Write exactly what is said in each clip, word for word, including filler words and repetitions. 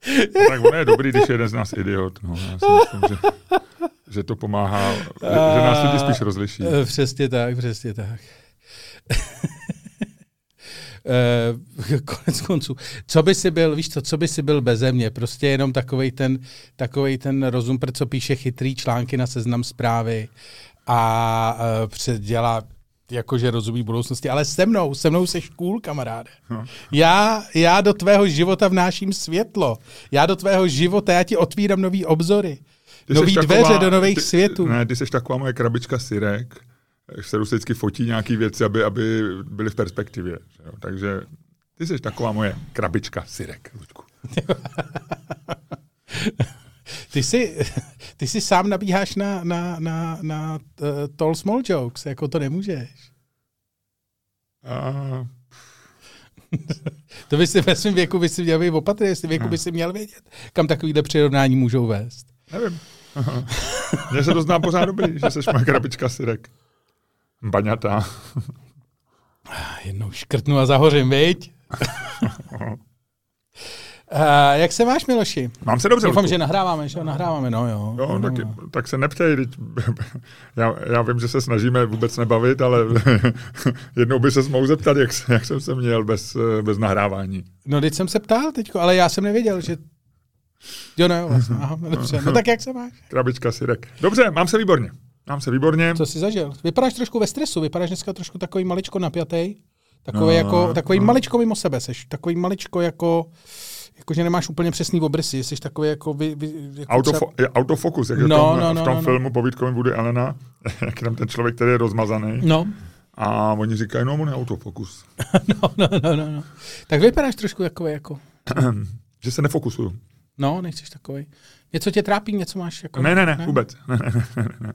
Tak ono je dobrý, když je jeden z nás idiot. No, já si myslím, že, že to pomáhá, že, že nás lidi spíš rozliší. Přesně tak, přesně tak. Uh, konec konců. Co by si byl, víš co, co by si byl beze mě? Prostě jenom takovej ten, takovej ten rozumpr, co píše chytrý články na Seznam Zprávy a uh, předdělá jakože rozumí budoucnosti, ale se mnou, se mnou seš cool, kamaráde. No. Já, já do tvého života vnáším světlo. Já do tvého života, já ti otvírám nový obzory. Ty nový dveře taková, do nových ty, světů. Ne, ty seš taková moje krabička syrek, se vždycky fotí nějaký věci, aby, aby byly v perspektivě. Jo? Takže ty jsi taková moje krabička syrek, Luďku. Ty si, ty si sám nabíháš na, na, na, na uh, tall small jokes, jako to nemůžeš. A... To by si ve svém věku by si měl být opatrný, jestli věku by si měl vědět, kam takovýhle přirovnání můžou vést. Nevím. Mně se to zná pořád dobrý, že jsi moje krabička syrek. Baňatá. Jednou škrtnu a zahořím, viď? Uh, jak se máš, Miloši? Mám se dobře. Doufám, že nahráváme, že nahráváme, no jo. Jo, no, tak, no. tak se neptej. Já, já vím, že se snažíme vůbec nebavit, ale jednou by se mohl zeptat, jak, jak jsem se měl bez, bez nahrávání. No, teď jsem se ptal teďko, ale já jsem nevěděl, že... Jo, no, vlastně. Aha, dobře. No tak jak se máš? Krabička syrek. Dobře, mám se výborně. Mám se výborně. Co jsi zažil? Vypadáš trošku ve stresu, vypadáš dneska trošku takový maličko napjatý. Takový, no, jako, takový no. maličko mimo sebe seš. Takový maličko jako... Jakože nemáš úplně přesný obrysy, jsi takový jako... Vy, vy, jako Autofo- třeba... Autofokus, jak je no, v tom, no, no, v tom no, filmu povídkovým Woody Allena, jak je tam ten člověk, který je rozmazaný. No. A oni říkají, no, on je autofokus. no, no, no, no, no. Tak vypadáš trošku takový jako... Že se nefokusuju. No, nejseš takový. Něco tě trápí, něco máš jako... Ne, ne, ne, ne? vůbec. Ne, ne, ne, ne.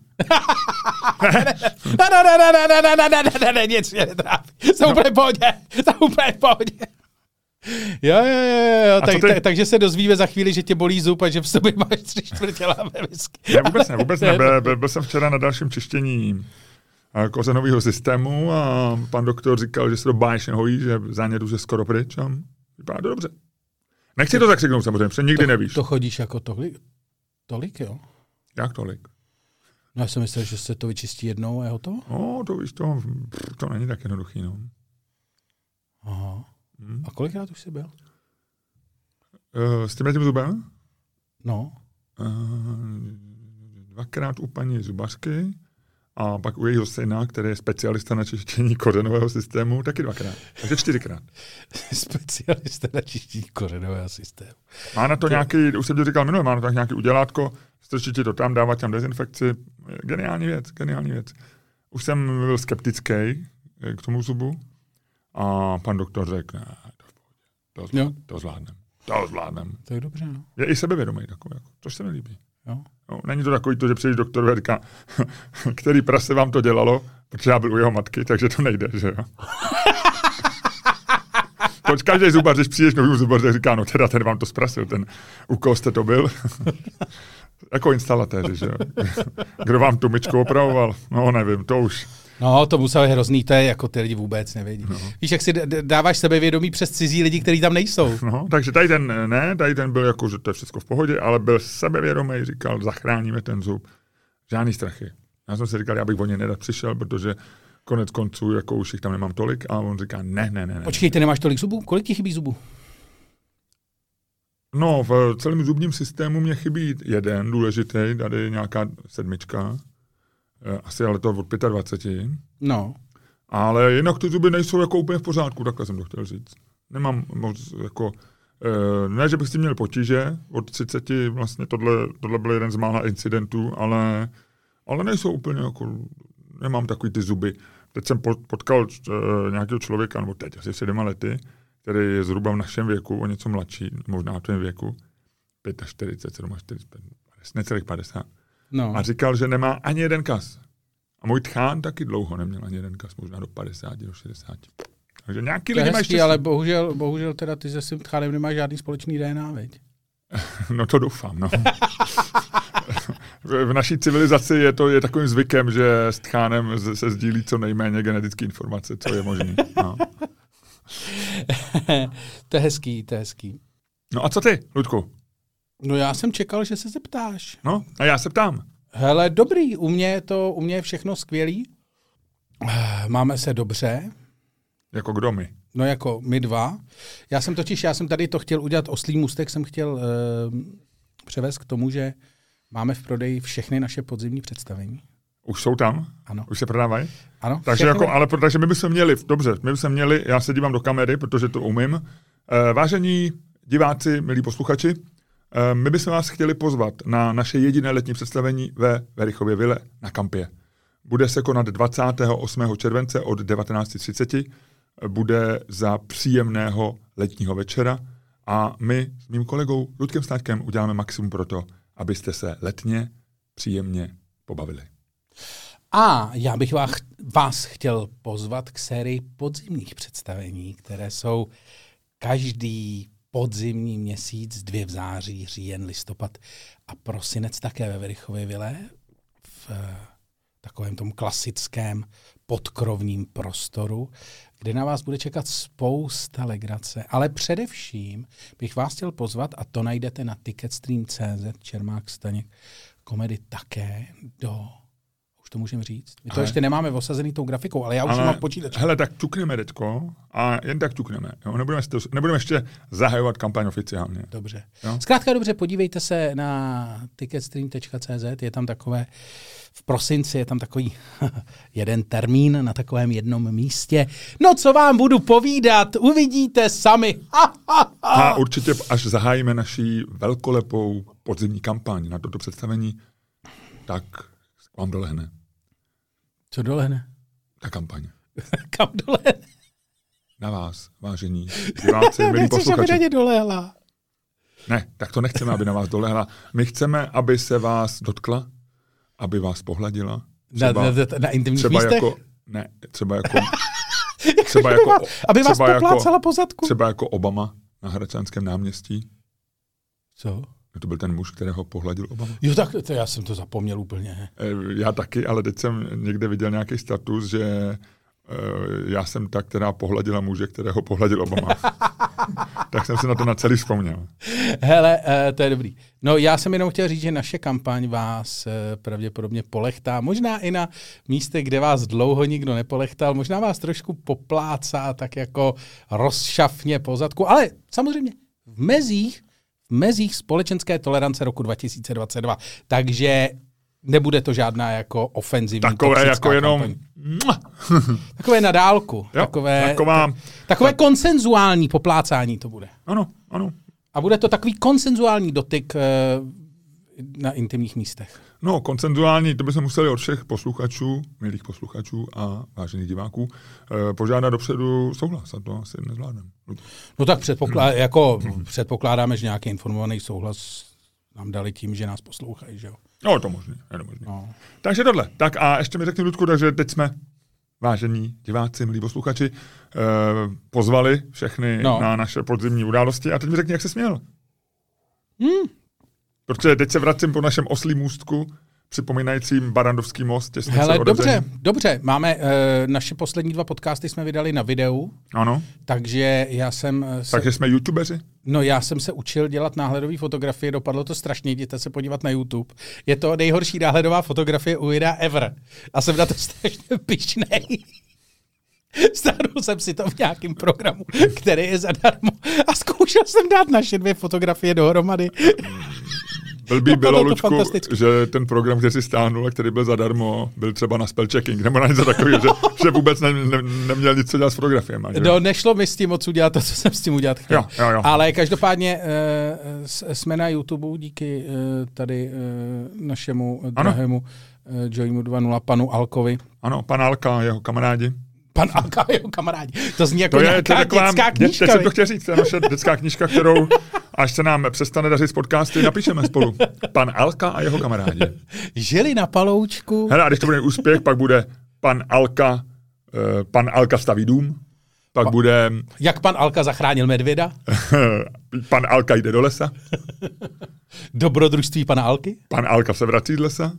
Ne, ne, ne, ne, ne, ne, ne, ne, ne, ne, ne, nic mě netrápí. Jsem no. úplně v pohodě, jsem úplně v pohodě. Jo, jo, jo, jo. Tak, tak, takže se dozvíme za chvíli, že tě bolí zub a že v sobě máš tři čtvrtě láhve whisky. Ne, vůbec ne, vůbec ne. Byl, byl, byl jsem včera na dalším čištění kořenového systému a pan doktor říkal, že se to báječně hojí, že zánět už je skoro pryč a vypadá to dobře. Nechci to zakřiknout samozřejmě, protože nikdy to, nevíš. To chodíš jako tolik, tolik, jo? Jak tolik? No já jsem myslel, že se to vyčistí jednou a je hotovo? No, to víš, to, to není tak jednoduchý, no. Aha. Hmm. A kolikrát už jsi byl? Uh, s tím tím zubem? No. Uh, dvakrát u paní zubařky a pak u jejího syna, který je specialista na čištění kořenového systému, taky dvakrát. Takže čtyřikrát. Specialista na čištění kořenového systému. Má na to, to nějaký, už jsem ti říkal minule, má na to nějaký udělátko, strčit ti to tam, dávat tam dezinfekci. Geniální věc, geniální věc. Už jsem byl skeptický k tomu zubu a pan doktor řekl, ne, to, to, to zvládnem. To zvládnem. To je dobře, no. Je i sebevědomý takový, jako, což se mi líbí. Jo. No, není to takový to, že přijdeš doktor a říká, který prase vám to dělalo, protože já byl u jeho matky, takže to nejde, že jo. Toč každý zubař, když přijdeš nový zubař, tak říká, no teda ten vám to zprasil, ten u koho jste to byl. Jako instalatéři, že jo. Kdo vám tu myčku opravoval? No nevím, to už. No, to musel hrozný, to je jako ty lidi vůbec nevědí. No. Víš, jak si dáváš sebevědomí přes cizí lidi, kteří tam nejsou. No, takže tady ten ne, tady ten byl jako, že to je všechno v pohodě, ale byl sebevědomý, říkal, zachráníme ten zub. Žádný strachy. Já jsem si říkal, já bych o ně nedat přišel, protože konec konců, jako už jich tam nemám tolik, a on říká, ne, ne, ne. ne. Počkej, ty nemáš tolik zubů? Kolik ti chybí zubů? No, v celém zubním systému mě chybí jeden důležitý, tady nějaká sedmička, asi ale to od dvacet pět. No. Ale jinak ty zuby nejsou jako úplně v pořádku, takhle jsem to chtěl říct. Nemám moc jako, ne, že bych si měl potíže, od třiceti vlastně tohle, tohle byl jeden z mála incidentů, ale, ale nejsou úplně jako, nemám takový ty zuby. Teď jsem potkal nějakého člověka, nebo teď asi sedma lety, který je zhruba v našem věku, o něco mladší, možná v tvém věku, čtyřicet pět, čtyřicet sedm, necelých padesát. No. A říkal, že nemá ani jeden kas. A můj tchán taky dlouho neměl ani jeden kas, možná do padesáti, do šedesáti. Takže nějaký lidi mají štěstí. Ale bohužel, bohužel teda ty se svým tchánem nemáš žádný společný D N A, veď? No to doufám, no. V naší civilizaci je to je takovým zvykem, že s tchánem se sdílí co nejméně genetické informace, co je možný. No. To je hezký, to je hezký. No a co ty, Ludku? No já jsem čekal, že se zeptáš. No, a já se ptám. Hele, dobrý, u mě je to, u mě je všechno skvělý. Máme se dobře. Jako kdo my? No jako my dva. Já jsem totiž, já jsem tady to chtěl udělat, oslý můstek jsem chtěl uh, převést k tomu, že máme v prodeji všechny naše podzimní představení. Už jsou tam? Ano. Už se prodávají? Ano. Takže, jako, ale, takže my bychom měli, dobře, my bychom měli, já se dívám do kamery, protože to umím. Uh, vážení diváci, milí posluchači, uh, my bychom vás chtěli pozvat na naše jediné letní představení ve Werichově vile na Kampě. Bude se konat dvacátého osmého července od devatenáct třicet. Bude za příjemného letního večera a my s mým kolegou Ludkem Staňkem uděláme maximum pro to, abyste se letně příjemně pobavili. A já bych vás, vás chtěl pozvat k sérii podzimních představení, které jsou každý podzimní měsíc, dvě v září, říjen, listopad a prosinec také ve Werichově vile v takovém tom klasickém podkrovním prostoru, kde na vás bude čekat spousta legrace. Ale především bych vás chtěl pozvat, a to najdete na ticketstream tečka cé zet, Čermák Staněk, komedy také do... Už to můžeme říct? My to ale... ještě nemáme osazený tou grafikou, ale já už ale... mám počítač. Hele, tak ťukneme, Detko, a jen tak ťukneme. Jo? Nebudeme, to, nebudeme ještě zahajovat kampaň oficiálně. Dobře. Jo? Zkrátka dobře, podívejte se na ticketstream tečka cé zet, je tam takové, v prosinci je tam takový jeden termín na takovém jednom místě. No, co vám budu povídat, uvidíte sami. A určitě, až zahájíme naší velkolepou podzimní kampaň na toto představení, tak vám dolehne. Co dolehne? Ta kampaň. Kam dolehne? Na vás, vážení diváci, milí posluchači. Nechceš, aby na ně dolehla? Ne, tak to nechceme, aby na vás dolehla. My chceme, aby se vás dotkla, aby vás pohladila. Třeba, na, na, na intimních třeba místech? Jako, ne, třeba jako... třeba jako, aby vás třeba poplácala jako, po zadku? Třeba jako Obama na Hradčanském náměstí. Co? To byl ten muž, kterého pohladil Obama. Jo, tak to já jsem to zapomněl úplně. Já taky, ale teď jsem někde viděl nějaký status, že já jsem ta, která pohladila muže, kterého pohladil Obama. Tak jsem si na to na celý vzpomněl. Hele, to je dobrý. No já jsem jenom chtěl říct, že naše kampaň vás pravděpodobně polechtá. Možná i na místech, kde vás dlouho nikdo nepolechtal. Možná vás trošku poplácá tak jako rozšafně po zadku. Ale samozřejmě v mezích v mezích společenské tolerance roku dva tisíce dvacet dva. Takže nebude to žádná jako ofenzivní takové jako jenom takové na dálku. Jo, takové, taková, takové tak... konsenzuální poplácání to bude. Ano, ano. A bude to takový konsenzuální dotyk na intimních místech. No, konsenzuální, to bychom museli od všech posluchačů, milých posluchačů a vážených diváků požádat dopředu souhlas, a to asi nezvládneme. No tak předpoklá- jako předpokládáme, že nějaký informovaný souhlas nám dali tím, že nás poslouchají, že jo? No, to možný, je to možný. No. Takže tohle. Tak a ještě mi řekni, Ludku, takže teď jsme, vážení diváci, milí posluchači, eh, pozvali všechny no. na naše podzimní události a teď mi řekni, jak se směl. Hmm. Protože teď se vracím po našem oslím můstku, připomínajícím Barandovský most. Hele, dobře, dobře. Máme, uh, naše poslední dva podcasty jsme vydali na videu. Ano. Takže já jsem... Se, takže jsme youtubeři? No já jsem se učil dělat náhledové fotografie, dopadlo to strašně, jděte se podívat na YouTube. Je to nejhorší náhledová fotografie u videa ever. A jsem na to strašně pyšnej. Stáhnul jsem si to v nějakém programu, který je zadarmo. A zkoušel jsem dát naše dvě fotografie dohromady. Blbý bylo, Luďku, že ten program, který si stáhnul a který byl zadarmo, byl třeba na spellchecking, nebo na něco takového, že, že vůbec ne, ne, neměl nic co dělat s fotografiemi. No, nešlo mi s tím moc udělat to, co jsem s tím udělat chtěl. Jo, jo, jo. Ale každopádně uh, jsme na YouTube díky uh, tady uh, našemu ano. drahému uh, Joymu dva nula, panu Alkovi. Ano, pan Alka, jeho kamarádi. Pan Alka a jeho kamarádi. To zní jako to nějaká je, to taková, dětská knížka. Teď jsem to chtěl říct, to je naše dětská knížka, kterou, až se nám přestane dařit z podcasty, napíšeme spolu. Pan Alka a jeho kamarádi. Žili na paloučku. Hele, a když to bude úspěch, pak bude pan Alka, uh, pan Alka staví dům, pak pa, bude... Jak pan Alka zachránil medvěda? Pan Alka jde do lesa. Dobrodružství pana Alky? Pan Alka se vrací z lesa.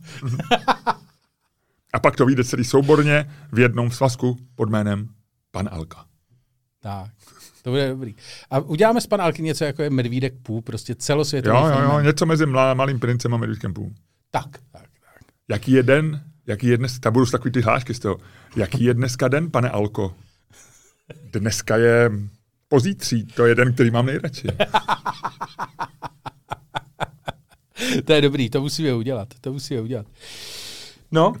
A pak to vyjde celý souborně v jednom svazku pod jménem Pan Alka. Tak. To bude dobrý. A uděláme s Panálky něco, jako je Medvídek půl, prostě celosvětový Jo, jo, jo, fenomén. něco mezi mlá, Malým princem a Medvídkem půl. Tak, tak, tak. Jaký je den, jaký je dnes, ta budu takový ty hlášky z toho, jaký je dneska den, pane Alko? Dneska je pozítří, to je den, který mám nejradši. To je dobrý, to musíme udělat, to musíme udělat. No.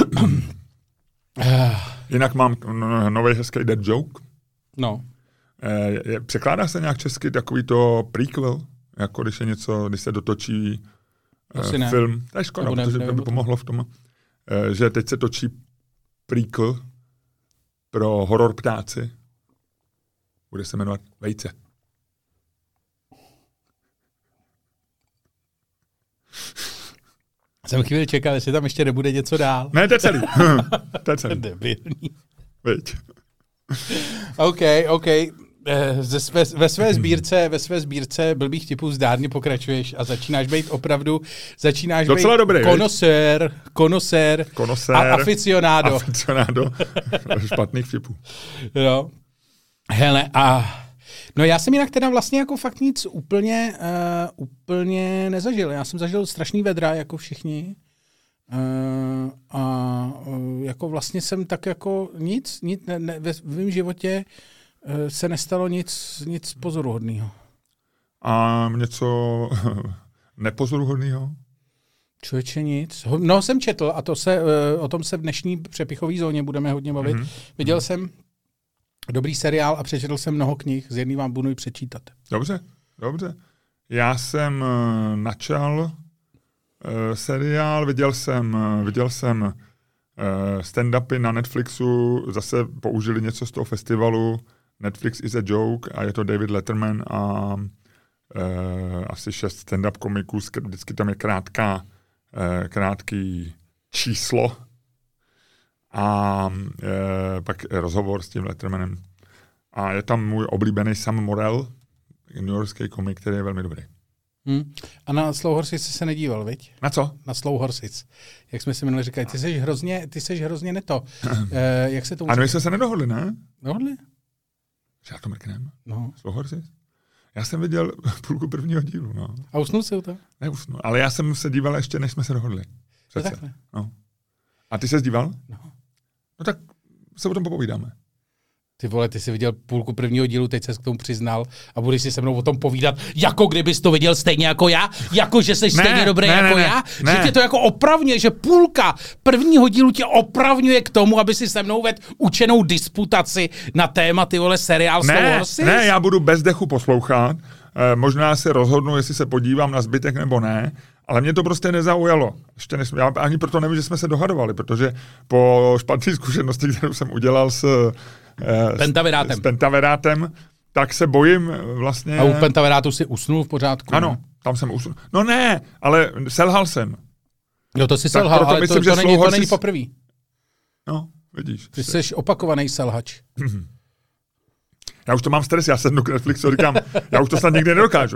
Jinak mám nový hezký dead joke. No. Je, je, překládá se nějak česky takový to prequel, jako když je něco, když se dotočí uh, film. To je škoda, ne, protože to by pomohlo v tom, uh, že teď se točí prequel pro horor ptáci. Bude se jmenovat Vejce. Jsem chvíli čekal, jestli tam ještě nebude něco dál. Ne, to je celý. To je celý. Debilní. Veď. OK, OK. Ze své, ve své sbírce, ve své sbírce blbých typů zdárně pokračuješ a začínáš být opravdu, začínáš docela být dobrý, konosér, konosér, konosér a aficionádo. Aficionádo špatných typů. Jo. Hele, a no já jsem jinak teda vlastně jako fakt nic úplně, uh, úplně nezažil. Já jsem zažil strašný vedra, jako všichni. Uh, a uh, jako vlastně jsem tak jako nic, nic ne, ne, ve svém životě uh, se nestalo nic, nic pozoruhodného. A něco nepozoruhodného? Člověče nic. No jsem četl a to se, uh, o tom se v dnešní přepichové zóně budeme hodně bavit. Mm-hmm. Viděl mm-hmm. jsem dobrý seriál a přečetl jsem mnoho knih, z jedný vám budu i přečítat. Dobře, dobře. Já jsem uh, načal uh, seriál, viděl jsem, uh, viděl jsem uh, stand-upy na Netflixu, zase použili něco z toho festivalu Netflix is a joke a je to David Letterman a uh, asi šest stand-up komiků, vždycky tam je krátká, uh, krátký číslo a e, pak rozhovor s tím Lettermanem. A je tam můj oblíbený Sam Morril, newyorský komik, který je velmi dobrý. Hmm. A na Slow Horses jsi se nedíval, viď? Na co? Na Slow Horses. Jak jsme si minuli říkali, ty jsi hrozně, ty jsi hrozně neto. e, jak se to... A my jsme se nedohodli, ne? Dohodli? Že já to mrknem? No. Slow Horses? Já jsem viděl půlku prvního dílu, no. A usnul jsi u toho? Neusnul, ale já jsem se díval ještě, než jsme se dohodli. Přece. Takhle. No. A ty se díval? No. No tak se o tom popovídáme. Ty vole, ty jsi viděl půlku prvního dílu, teď ses k tomu přiznal a budeš si se mnou o tom povídat, jako kdybys to viděl stejně jako já, jako že jsi ne, stejně dobrý ne, jako ne, já, ne. Že tě to jako opravňuje, že půlka prvního dílu tě opravňuje k tomu, aby si se mnou vedl učenou disputaci na téma, ty vole, seriál Slow Horses. Ne, já budu bez dechu poslouchat, e, možná se rozhodnu, jestli se podívám na zbytek nebo ne, ale mě to prostě nezaujalo. Ještě než, já ani proto nevím, že jsme se dohadovali, protože po špatné zkušenosti, kterou jsem udělal s Pentaverátem. S pentaverátem, tak se bojím vlastně... A u pentaverátu si usnul v pořádku? Ano, ne? Tam jsem usnul. No ne, ale selhal jsem. No to si selhal, ale myslím, to, to, není, to není poprvý. No, vidíš. Ty jsi opakovaný selhač. Mm-hmm. Já už to mám stres, já sednu k Netflixu, říkám, já už to snad nikdy nedokážu.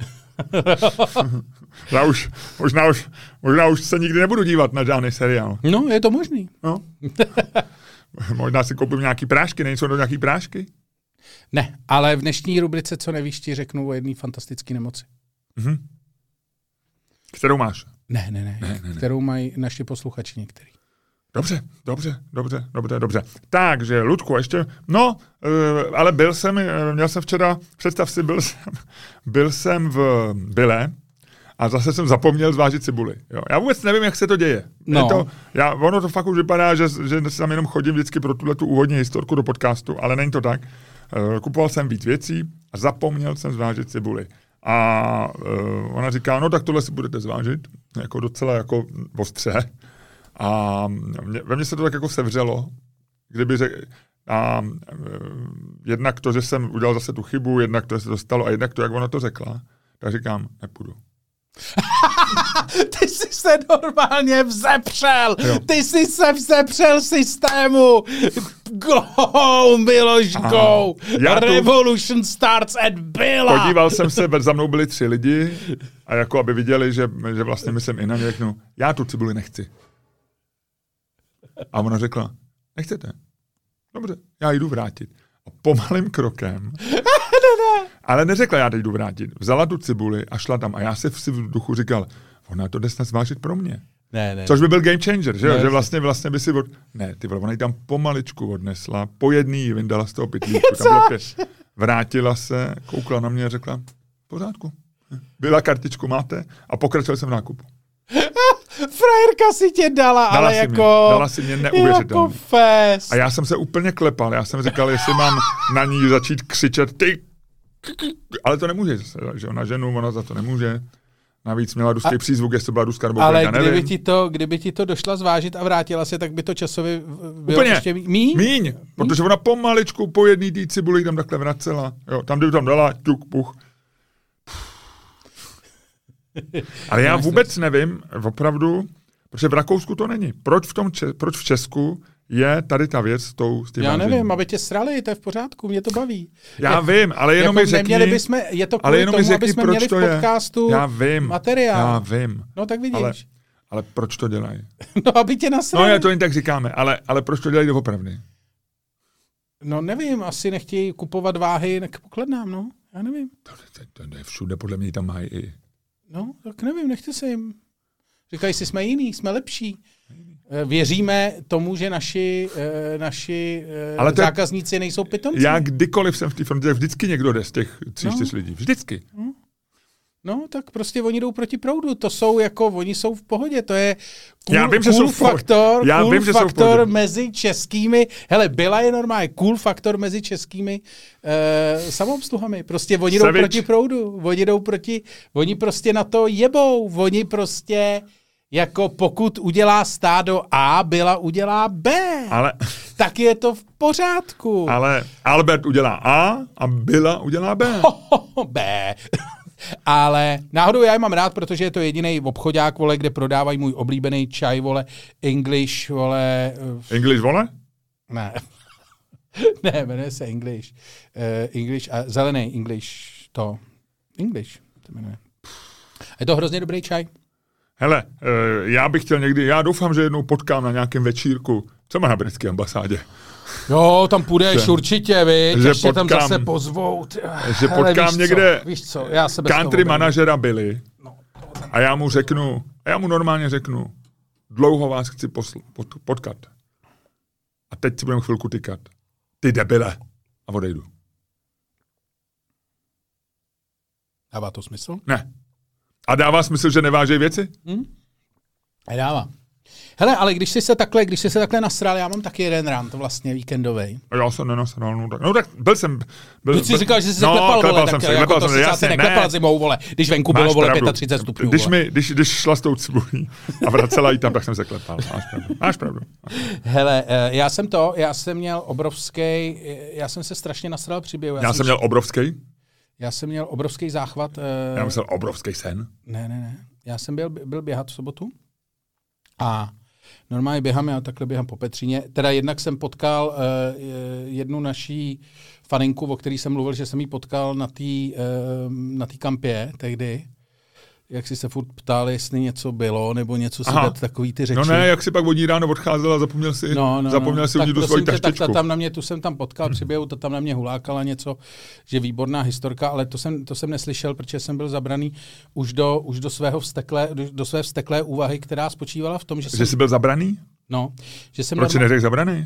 já už, možná už, možná už se nikdy nebudu dívat na žádný seriál. No, je to možný. No. Možná si koupím nějaký prášky, nejsou to nějaký prášky? Ne, ale v dnešní rubrice Co nevíš, ti řeknu o jedné fantastické nemoci. Mm-hmm. Kterou máš? Ne, ne, ne, ne, ne, kterou mají naši posluchači některý. Dobře, dobře, dobře, dobře, dobře. Takže, Ludku, ještě, no, uh, ale byl jsem, měl jsem včera, představ si, byl jsem, byl jsem v Bile a zase jsem zapomněl zvážit cibuli. Jo. Já vůbec nevím, jak se to děje. No. To, já, ono to fakt už vypadá, že, že tam jenom chodím vždycky pro tuhletu úvodní historku do podcastu, ale není to tak. Uh, kupoval jsem víc věcí a zapomněl jsem zvážit cibuli. A uh, ona říká, no tak tohle si budete zvážit, jako docela jako ostře. A mě, ve mně se to tak jako sevřelo, kdyby řekl, a e, jednak to, že jsem udělal zase tu chybu, jednak to, že se to stalo, a jednak to, jak ona to řekla, tak říkám, nepůjdu. Ty jsi se normálně vzepřel! Jo. Ty jsi se vzepřel systému! Go, Miloš, go! Revolution starts at Billa! Podíval jsem se, za mnou byli tři lidi a jako aby viděli, že, že vlastně myslím i na ně řeknu, já tu cibuli nechci. A ona řekla, nechcete? Dobře, já jdu vrátit. A pomalým krokem, ale neřekla, já teď jdu vrátit. Vzala tu cibuli a šla tam. A já se si v duchu říkal, ona to jde snad zvážit pro mě. Ne, ne. Což by byl game changer, že, ne, že vlastně, vlastně by si... Od... Ne, ty vole, ona ji tam pomaličku odnesla, po jedný vyndala z toho pytlíku, tam bylo pět. Vrátila se, koukla na mě a řekla, v pořádku. Byla kartičku, máte? A pokračoval jsem v nákupu. Frajerka si tě dala, dala ale si jako... Mě, dala si mě neuvěřitelně. Jako fest. A já jsem se úplně klepal, já jsem říkal, jestli mám na ní začít křičet, ty... Ale to nemůže, že na ženu, ona za to nemůže. Navíc měla ruský a, přízvuk, jestli to byla ruská nebo ale já kdyby nevím. ti, to, kdyby ti to došla zvážit a vrátila se, tak by to časově bylo úplně ještě míň? Míň, protože ona pomaličku po jedný tý cibuli tam takhle vracela. Jo, tam, kdyby tam dala, ťuk, puch. Ale já vůbec nevím, opravdu, protože v Rakousku to není. Proč v, tom, proč v Česku je tady ta věc s, tou, s tím Já vážením? nevím, aby tě srali, to je v pořádku, mě to baví. Já Jak, vím, ale jenom jako mi řekni, bychom, je to ale jenom tomu, mi řekni, aby jsme proč měli to v je. podcastu Já vím, materiál. já vím. No tak vidíš. Ale, ale proč to dělají? No, aby tě nasrali. No, já to jen tak říkáme, ale, ale proč to dělají doopravdy? No nevím, asi nechtějí kupovat váhy k pokladnám, no. Já nevím. To, to, to je všude, podle mě tam mají i. No, tak nevím, nechte se jim. Říkají si, jsme jiný, jsme lepší. Věříme tomu, že naši, naši ale to zákazníci nejsou pitomci. Já kdykoliv jsem v té frontě, vždycky někdo jde z těch tří, no. čtyř lidí. Vždycky. No. no, tak prostě oni jdou proti proudu. To jsou jako, oni jsou v pohodě. To je cool, Já vím, cool že jsou faktor, Já cool vím, že faktor jsou mezi českými, hele, byla je normálně cool faktor mezi českými uh, samoobsluhami. Prostě oni jdou Savič. proti proudu. Oni jdou proti, oni prostě na to jebou. Oni prostě jako pokud udělá stádo A, byla udělá B. Ale, tak je to v pořádku. Ale Albert udělá A a Byla udělá B. Ho, ho, ho, B. Ale náhodou já je mám rád, protože je to jediný obchodák, vole, kde prodávají můj oblíbený čaj, vole, English, vole. English, vole? Ne. ne, jmenuje se English. Uh, English a zelený English, to. English, to jmenuje. Je to hrozně dobrý čaj. Hele, uh, já bych chtěl někdy, já doufám, že jednou potkám na nějakém večírku, co má na britské ambasádě. Jo, tam půjdeš že, určitě, víš, ještě potkám, tam zase pozvou. Že hele, potkám víš někde co, víš co, já se country manažera Billy no, a já mu řeknu, a já mu normálně řeknu, dlouho vás chci posl- pot- potkat. A teď si budeme chvilku tykat. Ty debile. A odejdu. Dává to smysl? Ne. A dává smysl, že nevážej věci? Hmm? Dává. Hele, ale když jsi se takhle, když jsi se takhle nasral, já mám taky jeden rant vlastně víkendový. Já jsem nenasral, no tak, no tak byl jsem... Byl, Když jsi říkal, že jsi se no, klepal, klepal vole, jsem tak se, jako klepal to jsem jsi se, asi jasně, neklepal ne. zimou, vole, když venku Máš bylo, vole, pravdu. třicet pět stupňů, když, vole. mi, když, když šla s tou cibulí a vracela jí tam, tak jsem se klepal. Máš pravdu. Máš pravdu. Hele, já jsem to, já jsem měl obrovský, já jsem se strašně nasral při běhu. Já, já jsem měl obrovský. Já jsem měl obrovský záchvat. Já myslel obrovský sen. Ne, ne, ne. Já jsem byl, byl běhat v sobotu a normálně běhám, já takhle běhám po Petříně. Teda jednak jsem potkal uh, jednu naší faninku, o který jsem mluvil, že jsem ji potkal na té uh, na té kampě tehdy. Jak si se furt ptal, jestli něco bylo, nebo něco si dát takový ty řeči. No ne, jak si pak od ní ráno odcházel a zapomněl si, no, no, zapomněl si udělat tu svoji taštičku. Tak ta tam na mě, tu jsem tam potkal při běhu, ta tam na mě hulákala něco, že výborná historka, ale to jsem, to jsem neslyšel, protože jsem byl zabraný už do, už do svého vzteklé, do, do své vzteklé úvahy, která spočívala v tom, že, že jsem... jsi byl zabraný? No. Že jsem Proč jsi neřekl zabraný?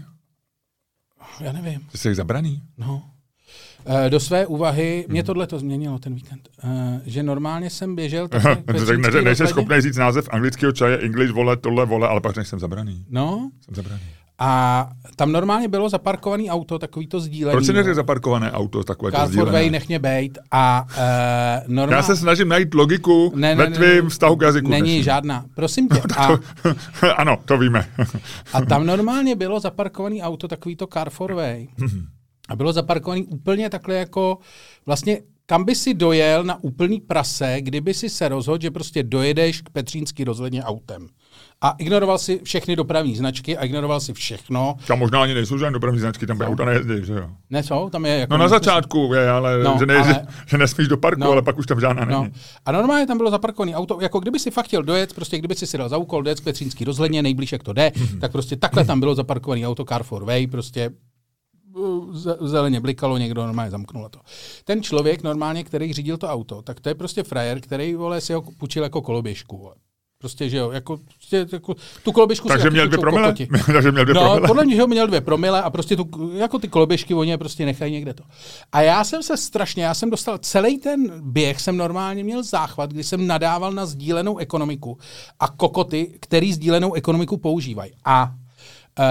Já nevím. Že jsi zabraný? No. Do své úvahy, mě tohle to změnilo ten víkend, že normálně jsem běžel... ne, nejsi schopný říct název anglického čaje, English, vole, tohle, vole, ale pak nejsem zabraný. No. Jsem zabraný. A tam normálně bylo zaparkované auto, takový to sdílení. Proč si neřekl zaparkované auto, takové to sdílené? Carfordway, nech mě bejt. A uh, normálně... Já se snažím najít logiku ne, ne, ve tvým vztahu k jazyku. Není dnešní. žádná. Prosím tě. No, a... to, ano, to víme. A tam normálně bylo zaparkované auto, takový to Carfordway. A bylo zaparkovaný úplně takhle jako vlastně kam by si dojel na úplný prase, kdyby si se rozhodl, že prostě dojedeš k Petřínský rozhledně autem. A ignoroval si všechny dopravní značky a ignoroval si všechno. Tam možná ani nejsou žádné dopravní značky, tam auta nejezdí, že jo? Nejsou, tam je jako... No na začátku je, ale, no, že, ne, ale... Že, že nesmíš do parku, no, ale pak už tam žádná no. není. A normálně tam bylo zaparkované auto, jako kdyby si fakt chtěl dojet, prostě kdyby si si dal za úkol dojet k Petřínský rozhledně, nejblíž jak to jde, mm-hmm. tak prostě takhle tam bylo zaparkované auto Carrefour Way, prostě zeleně blikalo, někdo normálně zamknul to. Ten člověk normálně, který řídil to auto, tak to je prostě frajer, který vole, si ho půjčil jako koloběžku. Vole. Prostě, že jo, jako, prostě, jako tu koloběžku Takže měl dvě promile? Takže měl dvě no, promile? podle mě, že měl dvě promile a prostě tu, jako ty koloběžky, oni je prostě nechají někde to. A já jsem se strašně, já jsem dostal celý ten běh, jsem normálně měl záchvat, kdy jsem nadával na sdílenou ekonomiku a kokoty, který sdílenou ekonomiku používají. A, uh,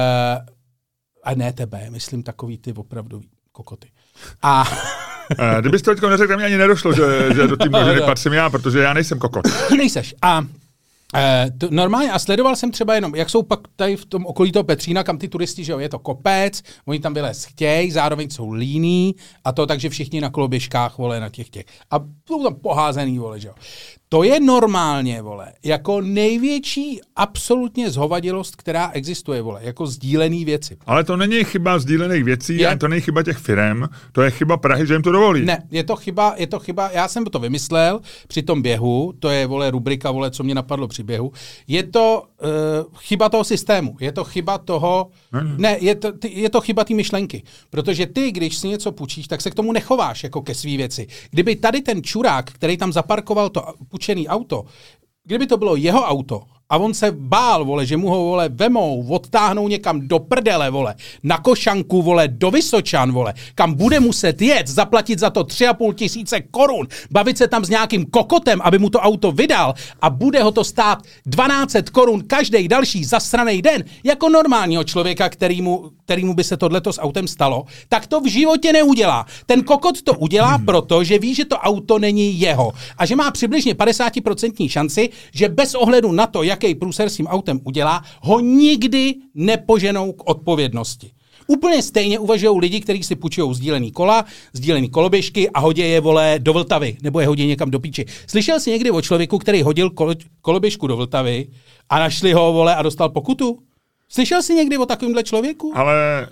a ne tebe, myslím takový ty opravdový kokoty. A... Kdybyste to neřekl, mi ani nedošlo, že, že do té množiny patřím já, protože já nejsem kokot. Nejseš. A Uh, to, normálně a sledoval jsem třeba jenom, jak jsou pak tady v tom okolí toho Petřína, kam ty turisti, že jo, je to kopec, oni tam vylézt chtějí, zároveň jsou líní a to takže všichni na koloběžkách, vole, na těch těch. A jsou tam poházený, vole, že jo. To je normálně, vole, jako největší absolutně zhovadilost, která existuje, vole, jako sdílený věci. Ale to není chyba sdílených věcí, je. To není chyba těch firem, to je chyba Prahy, že jim to dovolí. Ne, je to chyba, je to chyba, já jsem to vymyslel při tom běhu, to je, vole, rubrika, vole, co mě napadlo při běhu. Je to uh, chyba toho systému, je to chyba toho, ne, ne. ne je, to, ty, je to chyba té myšlenky, protože ty, když si něco půjčíš, tak se k tomu nechováš jako ke svý věci. Kdyby tady ten čurák, který tam zaparkoval to půjčený auto, kdyby to bylo jeho auto, a on se bál, vole, že mu ho, vole, vemou, odtáhnou někam do prdele, vole, na Košanku, vole, do Vysočan, vole, kam bude muset jet, zaplatit za to tři a půl tisíce korun, bavit se tam s nějakým kokotem, aby mu to auto vydal a bude ho to stát dvanáct set korun každý další zasranej den, jako normálního člověka, kterýmu, kterýmu by se tohleto s autem stalo, tak to v životě neudělá. Ten kokot to udělá proto, že ví, že to auto není jeho a že má přibližně padesát procent šanci, že bez ohledu na to, jaký průser s tím autem udělá, ho nikdy nepoženou k odpovědnosti. Úplně stejně uvažují lidi, kteří si půjčují sdílený kola, sdílený koloběžky a hodí je, vole, do Vltavy, nebo je hodí někam do píči. Slyšel jsi někdy o člověku, který hodil kol- koloběžku do Vltavy a našli ho, vole, a dostal pokutu? Slyšel jsi někdy o takovémhle člověku? Ale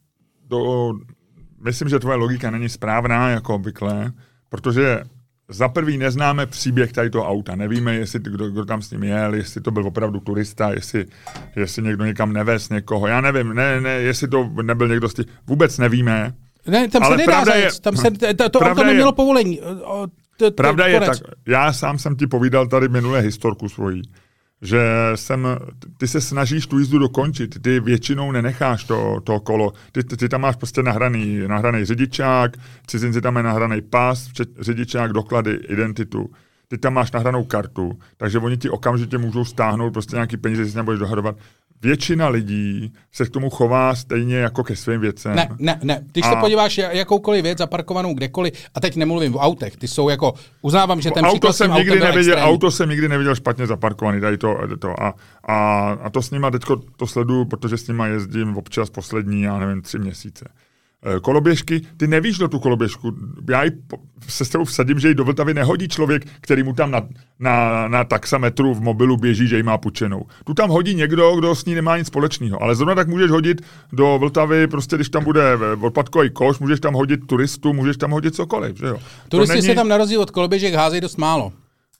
do, myslím, že tvoje logika není správná, jako obvykle, protože za prvý neznáme příběh tady toho auta. Nevíme, jestli kdo, kdo tam s ním jel, jestli to byl opravdu turista, jestli, jestli někdo někam nevez někoho. Já nevím, ne, ne, jestli to nebyl někdo z těch. Vůbec nevíme. Ne, tam ale se nedá zajet. Tam se, to, to auto nemělo povolení. O, to, pravda to, je tak, já sám jsem ti povídal tady minulé historku svojí, že jsem, ty se snažíš tu jízdu dokončit, ty většinou nenecháš to, to kolo, ty, ty, ty tam máš prostě nahraný, nahraný řidičák, cizinci tam je nahraný pas, řidičák, doklady, identitu, ty tam máš nahranou kartu, takže oni ti okamžitě můžou stáhnout prostě nějaký peníze, si nebudeš dohadovat. Většina lidí se k tomu chová stejně jako ke svým věcem. Ne, ne, ne. Když a... se podíváš jakoukoliv věc zaparkovanou kdekoliv, a teď nemluvím o autech, ty jsou jako, uznávám, že ten auto příklad jsem nikdy neviděl, Auto jsem nikdy neviděl špatně zaparkovaný, tady to, to a, a, a to s nima teďko to sleduju, protože s nima jezdím občas poslední, já nevím, tři měsíce. Koloběžky, ty nevíš do tu koloběžku. Já ji se s tebou vsadím, že ji do Vltavy nehodí člověk, který mu tam na, na, na taxametru v mobilu běží, že ji má půjčenou. Tu tam hodí někdo, kdo s ní nemá nic společného. Ale zrovna tak můžeš hodit do Vltavy, prostě když tam bude odpadkový koš, můžeš tam hodit turistu, můžeš tam hodit cokoliv. Že jo? Turisti není... se tam na rozdíl od koloběžek házejí dost málo.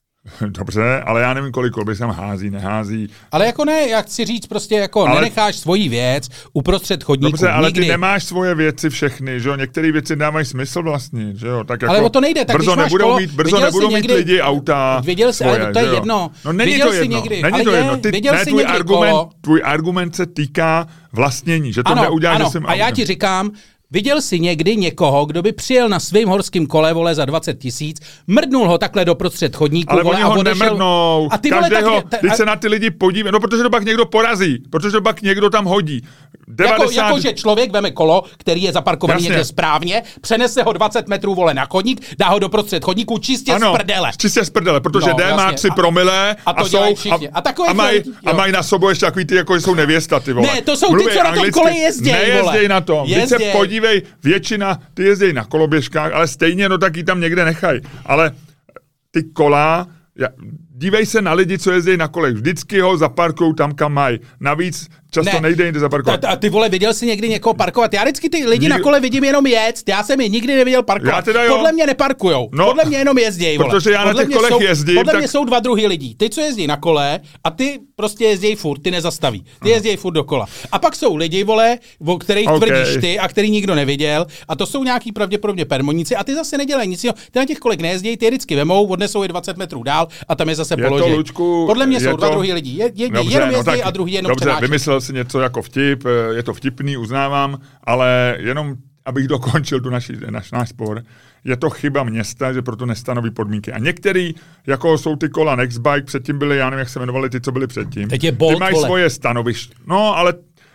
Dobře, ale já nevím, kolik koloběžek tam hází, nehází. Ale jako ne, jak chci říct, prostě jako ale... nenecháš svoji věc uprostřed chodníku. Dobře, ale nikdy. Ty nemáš svoje věci všechny, že jo? Některé věci dávají smysl vlastně, že jo? Tak jako ale o to nejde, tak brzo nebudou kolo, mít, brzo nebudou někdy, mít lidi auta. Věděl jsi, svoje, ale to je jedno. No není viděl to jedno, někdy, není to ale jedno. Ty, viděl ne, jsi tvůj někdy argument, kolo. tvůj argument se týká vlastnění, že to ano, neuděláš, ano, že jsem a já ti říkám, viděl jsi někdy někoho, kdo by přijel na svým horským kole, vole, za dvacet tisíc, mrdnul ho takhle doprostřed chodníku, ale vole, oni a ho odešel... nemrdnou. A ty, každého, vole, tak... Když se na ty lidi podívá, no protože to pak někdo porazí, protože to pak někdo tam hodí. devadesát... Jako, jako, že člověk veme kolo, který je zaparkovaný Jasně. někde správně, přenese ho dvacet metrů, vole, na chodník, dá ho doprostřed chodníku čistě ano, z prdele. čistě z prdele, protože no, D má tři a, promile a, to a, jsou, a, a, a, mají, a mají na sobě ještě takový ty, jako jsou nevěsta, ty vole. Ne, to jsou Mluví ty, co na tom kole jezdějí, vole. Nejezdej na tom. Jezdě. Teď se podívej, většina, ty jezdějí na koloběžkách, ale stejně, no tak ji tam někde nechají. Ale ty kola, Dívej se na lidi, co jezdí na kolech. Vždycky ho zaparkují tam, kam mají. Navíc často ne, nejde jinde zaparkovat. A ty vole, viděl jsi někdy někoho parkovat? Já vždycky ty lidi Nik... na kole vidím jenom jet. Já jsem je nikdy neviděl parkovat. Podle mě neparkujou. No, podle mě jenom jezdí. Protože já podle na těch kolech jsou, jezdím. Podle tak... mě jsou dva druhy lidí. Ty, co jezdí na kole, a ty prostě jezdí furt, ty nezastaví. Ty jezdí furt dokola. A pak jsou lidi, vole, o kterých okay. tvrdíš ty a který nikdo neviděl. A to jsou nějaký pravděpodobně permoníci. A ty zase nedělají nic. Ty na těch kolech nejezdí, ty vždycky vemou, odnesou je dvacet metrů dál a tam je zase položí. Podle mě jsou to... dva druhy lidí. Jedni jenom jezdí no a druhý jenom dobře, přenáší. Vymyslel si něco jako vtip, je to vtipný, uznávám, ale jenom abych dokončil tu naši, naš, náš spor, je to chyba města, že proto nestanoví podmínky. A některý, jako jsou ty kola Nextbike, předtím byly, já nevím, jak se jmenovali ty, co byli předtím. Teď je Bolt, ty mají vole. svoje stanoviště. No, ale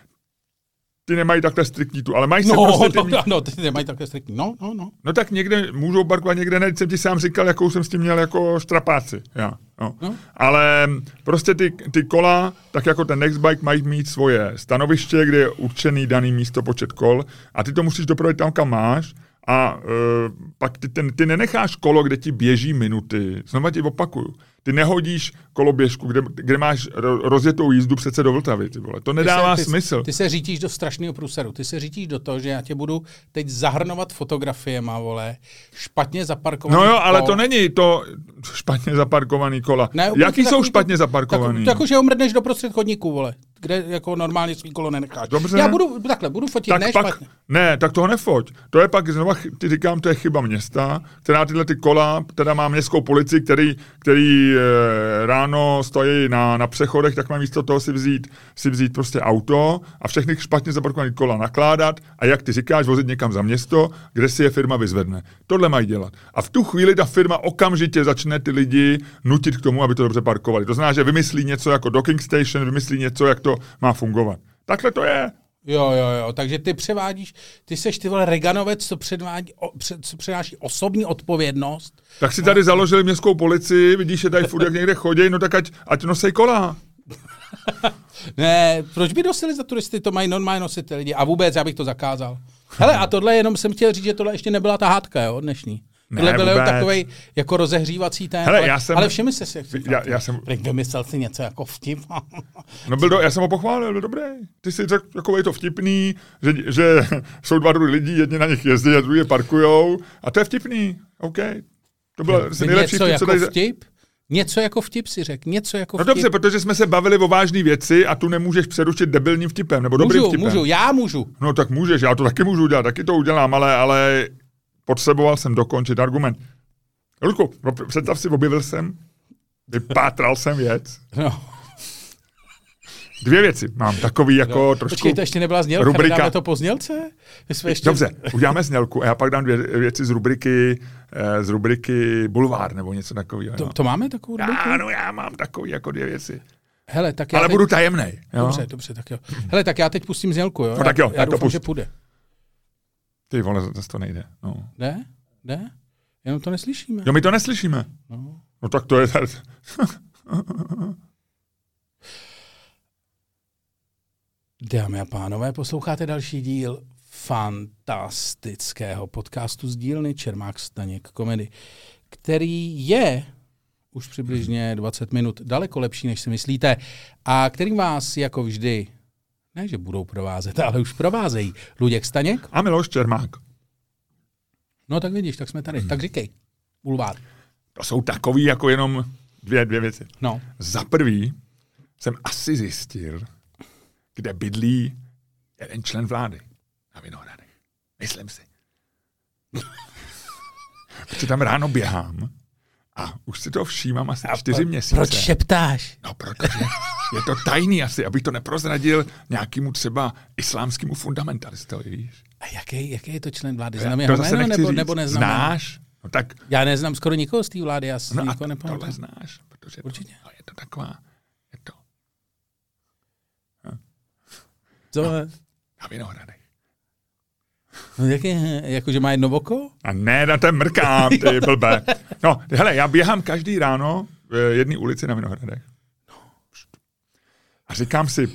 ty nemají takhle striktní tu, ale mají se no, prostě... Ty... No, no, ty nemají takhle striktní, no, no, no. No tak někde můžou parkovat, někde ne, jsem ti sám říkal, jakou jsem s tím měl jako štrapáci, já. No. No. Ale prostě ty, ty kola, tak jako ten Nextbike, mají mít svoje stanoviště, kde je určený daný místo, počet kol a ty to musíš dopravit tam, kam máš a uh, pak ty, ten, ty nenecháš kolo, kde ti běží minuty. Znovu ti opakuju. Ty nehodíš koloběžku, kde, kde máš rozjetou jízdu přece do Vltavy, ty vole. To nedává ty se, smysl. Ty, ty se řítíš do strašného průseru. Ty se řítíš do toho, že já tě budu teď zahrnovat fotografiema, vole, špatně zaparkovaný. No jo, ale kol. to není to špatně zaparkovaný kola. Ne, Jaký jsou špatně to, zaparkovaný? Tak, jako, že ho mrdneš doprostřed chodníku, vole, kde jako normálně svý kolo nenecháš. Dobře. Já budu takhle, budu fotit, tak ne pak, špatně. Ne, tak toho nefoť. To je pak, znova ty říkám, to je chyba města, která tyhle ty kola, teda má městskou policii, který, který e, ráno stojí na, na přechodech, tak má místo toho si vzít, si vzít prostě auto a všechny špatně zaparkované kola nakládat a jak ty říkáš, vozit někam za město, kde si je firma vyzvedne. Tohle mají dělat. A v tu chvíli ta firma okamžitě začne ty lidi nutit k tomu, aby to dobře parkovali. To znamená, že vymyslí něco jako docking station, vymyslí něco, jak to má fungovat. Takhle to je. Jo, jo, jo, takže ty převádíš, ty seš ty vole Reaganovec, co, předvádí, o, před, co přenáší osobní odpovědnost. Tak si tady no. založili městskou policii, vidíš, že tady furt jak někde chodí, no tak ať, ať nosej kola. Ne, proč by nosili za turisty, to mají normálně nosit lidi a vůbec já bych to zakázal. Hele, a tohle jenom jsem chtěl říct, že tohle ještě nebyla ta hádka, jo, dnešní. Ne, tohle byl takovej jako rozehřívací ten, Hele, ale, já jsem, ale všimli se si, jak já, já jsem, vymyslel si něco jako vtip. No byl do, já jsem ho pochválil, byl dobrý. Ty si řekl, jako je to vtipný, že, že jsou dva druhy lidí, jedni na nich jezdí a druhý je parkujou a to je vtipný, OK. To bylo nejlepší něco vtip, jako co tady... vtip? Něco jako vtip si řekl, něco jako vtip. No dobře, protože jsme se bavili o vážné věci a tu nemůžeš přerušit debilním vtipem, nebo dobrým můžu, vtipem. Můžu, já můžu. No tak můžeš, já to taky můžu udělat, taky to udělám, ale, ale potřeboval jsem dokončit argument. Ludku, představ si, objevil jsem, vypátral jsem věc. No. Dvě věci mám, takový jako no. trošku Počkej, to ještě nebyla znělka, rubrika. Dáme to po znělce? Ještě... Dobře, uděláme znělku a já pak dám dvě věci z rubriky, z rubriky Bulvár nebo něco takového. To, to máme takovou rubriku? Ano, já mám takový jako dvě věci. Hele, tak já Ale teď... budu tajemnej. Jo? Dobře, dobře, tak jo. Hele, tak já teď pustím znělku, jo? No tak jo, já, já to doufám, pust. že půjde. Ty vole, zase to nejde. No. Jde? Jde? Jenom to neslyšíme. Jo, my to neslyšíme. No, no tak to je... Dámy a pánové, posloucháte další díl fantastického podcastu z dílny Čermák Staněk Komedy, který je už přibližně dvacet minut daleko lepší, než si myslíte, a kterým vás jako vždy, ne že budou provázet, ale už provázejí Luděk Staněk a Miloš Čermák. No tak vidíš, tak jsme tady. Hmm. Tak říkej, Bulvár. To jsou takový jako jenom dvě, dvě věci. No. Za prvý jsem asi zjistil, kde bydlí jeden člen vlády na Vinohradech. Myslím si. Protože tam ráno běhám a už si to všímám asi a čtyři pro, měsíce. Proč šeptáš? No, protože je to tajný asi, abych to neprozradil nějakému třeba islámskému fundamentalistovi, víš. A jaký, jaký je to člen vlády? Znám jeho jméno nebo, nebo neznám? Znáš? No tak... Já neznám skoro nikoho z té vlády, já si no nikoho nepamatuju. Tohle znáš, protože určitě. To, no, je to taková, je to... Co? No, na Vinohradech. No jak je, jakože má jedno oko? A ne, na ten mrkám, ty blbe. No, hele, já běhám každý ráno v jedné ulici na Vinohradech. A říkám si,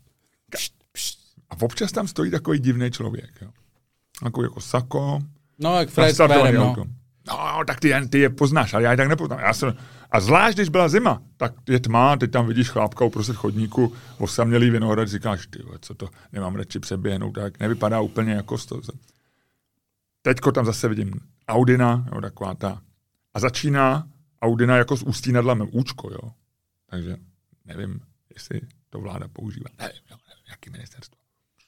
a občas tam stojí takový divný člověk, jo. Takový jako sako. No, jak Fred Square, no. No, tak ty, ty je poznáš, ale já je tak nepoznám. Já jsem, a zvlášť, když byla zima, tak je tma, teď tam vidíš chlápka uprostřed chodníku, osamělý vinohrad, říkáš, ty, co to, nemám radši přeběhnout, tak nevypadá úplně jako sto. Teďko tam zase vidím Audina, jo, taková ta. A začíná Audina jako s Ústí nad Labem, Účko, jo. Takže nevím, jestli to vláda používá. Nevím, jo, nevím, jaký ministerstvo.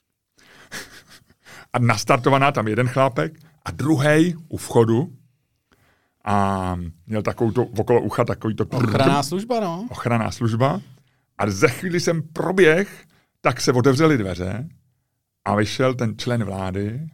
A nastartovaná tam jeden chlápek a druhej u vchodu a měl takovou to okolo ucha takový to... Ochranná služba, no. Ochranná služba. A ze chvíli jsem proběh, tak se otevřely dveře a vyšel ten člen vlády.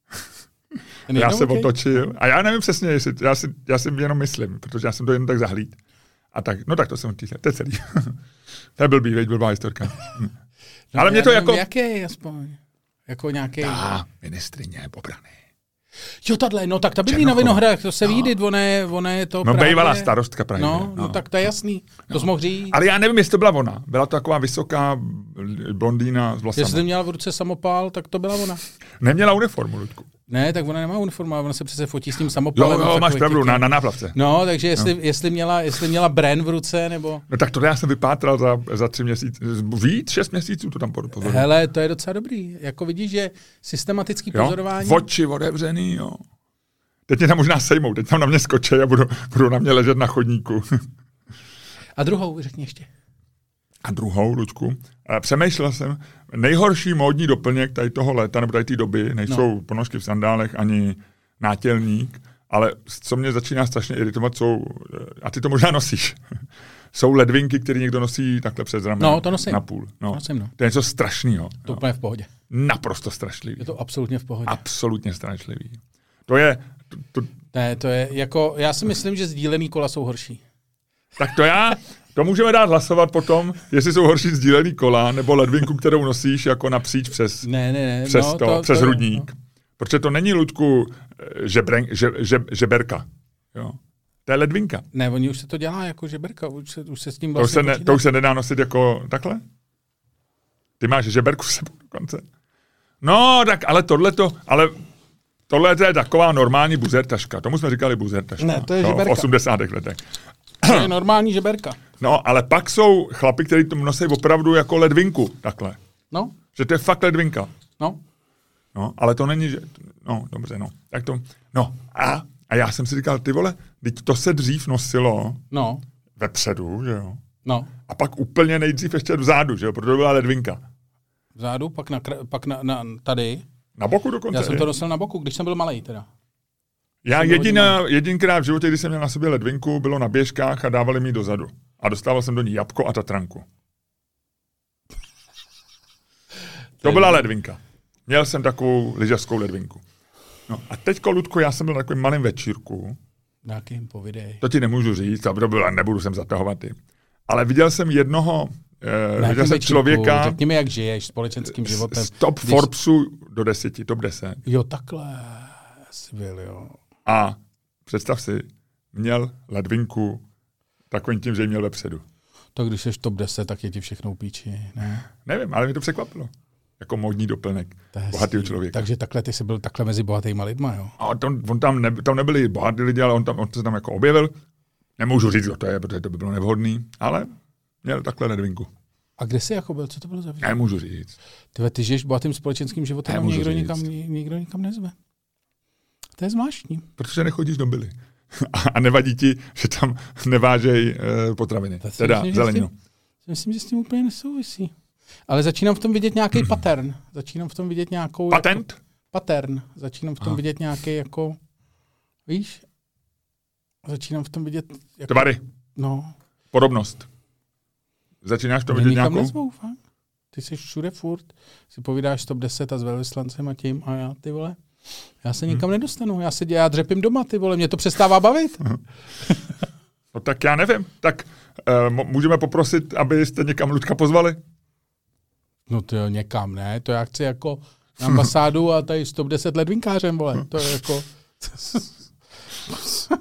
Já se okay. otočil a já nevím přesně, jestli, já si, já si jenom myslím, protože já jsem to jen tak zahlíd. A tak, no tak to jsem týhle, to je celý. To je blbý, veď blbá historka. No, ale mě to nevím, jako... Jaký aspoň? Jako nějaký... Ta ministrině obrany. Jo, tahle, no tak ta bydlí na Vinohradech, to se no. ví, ona je, ona je to no, právě... No bývalá starostka právě. No, no, no, tak to je jasný, to no. jsi mohl říct. Ale já nevím, jestli to byla ona. Byla to taková vysoká blondýna s vlasama. Jestli měla v ruce samopál, tak to byla ona. Neměla uniformu, Luďku. Ne, tak ona nemá uniformu, ona se přece fotí s tím samopálem. Jo, jo, máš pravdu, na, na náplavce. No, takže jestli, no. jestli, měla, jestli měla Bren v ruce, nebo... No tak tohle já jsem vypátral za, za tři měsíce, víc, šest měsíců to tam pozoruju. Hele, to je docela dobrý. Jako vidíš, že systematický jo? pozorování... Oči otevřený, jo. Teď mě tam možná sejmou, teď tam na mě skočí a budou, budou na mě ležet na chodníku. A druhou, řekni ještě. A druhou, Luďku, přemýšlel jsem, nejhorší módní doplněk tady toho léta, nebo tady té doby, nejsou no. ponožky v sandálech ani nátělník, ale co mě začíná strašně iritovat, jsou, a ty to možná nosíš, jsou ledvinky, které někdo nosí takhle přes ramen no, to nosím. na půl. No. To nosím, no. To je něco strašného. To úplně v pohodě. Naprosto strašlivý. Je to absolutně v pohodě. Absolutně strašlivý. To je... To, to... Ne, to je jako, já si myslím, že sdílený kola jsou horší. Tak to já... To můžeme dát hlasovat potom, jestli jsou horší sdílený kola, nebo ledvinku, kterou nosíš jako napříč přes, ne, ne, ne. přes, no, to, to, přes to, hrudník. No. Protože to není, Luďku, žebren, že, že, žeberka. Jo. To je ledvinka. Ne, oni už se to dělá jako žeberka, už se, už se s tím vlastně to se, ne, to už se nedá nosit jako takhle? Ty máš žeberku s sebou dokonce. No, tak ale tohleto, ale tohle je taková normální buzertaška. Tomu jsme říkali buzertaška. Ne, to je jo, žeberka. V osmdesátých letech. To je normální žeberka. No, ale pak jsou chlapi, kteří to nosí opravdu jako ledvinku, takhle. No. Že to je fakt ledvinka. No. No, ale to není, že... No, dobře, no. Tak to... No, a, a já jsem si říkal, ty vole, teď to se dřív nosilo no. vepředu, že jo? No. A pak úplně nejdřív ještě vzadu, že jo? Protože to byla ledvinka. Vzadu, pak, na, pak na, na, tady. Na boku dokonce. Já jsem to nosil na boku, když jsem byl malej teda. Já jediná, jedinkrát v životě, když jsem měl na sobě ledvinku, bylo na běžkách a dávali mi dozadu. A dostával jsem do ní jabko a tatranku. To byla ledvinka. Měl jsem takovou lyžařskou ledvinku. No a teďko, Ludko, já jsem byl na takovým malým večírku. Nějakým povidej. To ti nemůžu říct, a bylo, nebudu sem zatahovat ty. Ale viděl jsem jednoho eh, viděl jsem člověka... Řekni mi, jak žiješ společenským životem. Z top když... Forbesu do deseti, top deset. Jo, takhle jsi byl, jo. A představ si, měl ledvinku takovým tím, že ji měl vepředu. Tak když jsi top deset, tak je ti všechno píči, ne? Nevím, ale mě to překvapilo. Jako módní doplněk bohatého člověka. Takže takhle ty jsi byl takhle mezi bohatýma lidma, jo? A to, on tam, ne, tam nebyli bohatí lidi, ale on, tam, on se tam jako objevil. Nemůžu říct, kdo to je, protože to by bylo nevhodný, ale měl takhle ledvinku. A kde jsi jako byl? Co to bylo za věc? Nemůžu říct. Ty, ty žiješ bohatým společenským životem a nikdo nikam, nikdo nikam nezve. To je zvláštní. Protože nechodíš do byly. A nevadí ti, že tam nevážej uh, potraviny. Teda zeleninu. Myslím, že s tím úplně nesouvisí. Ale začínám v tom vidět nějaký pattern. Začínám v tom vidět nějakou... Patent? Jako, pattern. Začínám v tom Aha. vidět nějaký jako... Víš? Začínám v tom vidět... Jako, Tvary. No. Podobnost. Začínáš v tom vidět nějakou... Nezvou, fakt. Ty jsi všude furt. Si povídáš top deset a s velvyslancem a tím a já, ty vole... Já se nikam hmm. nedostanu, já se já dřepím doma, ty vole, mě to přestává bavit. No tak já nevím, tak uh, můžeme poprosit, abyste někam Ludka pozvali? No to jo, někam, ne, to já chci jako na ambasádu a tady top deset ledvinkářem, vole, to je jako...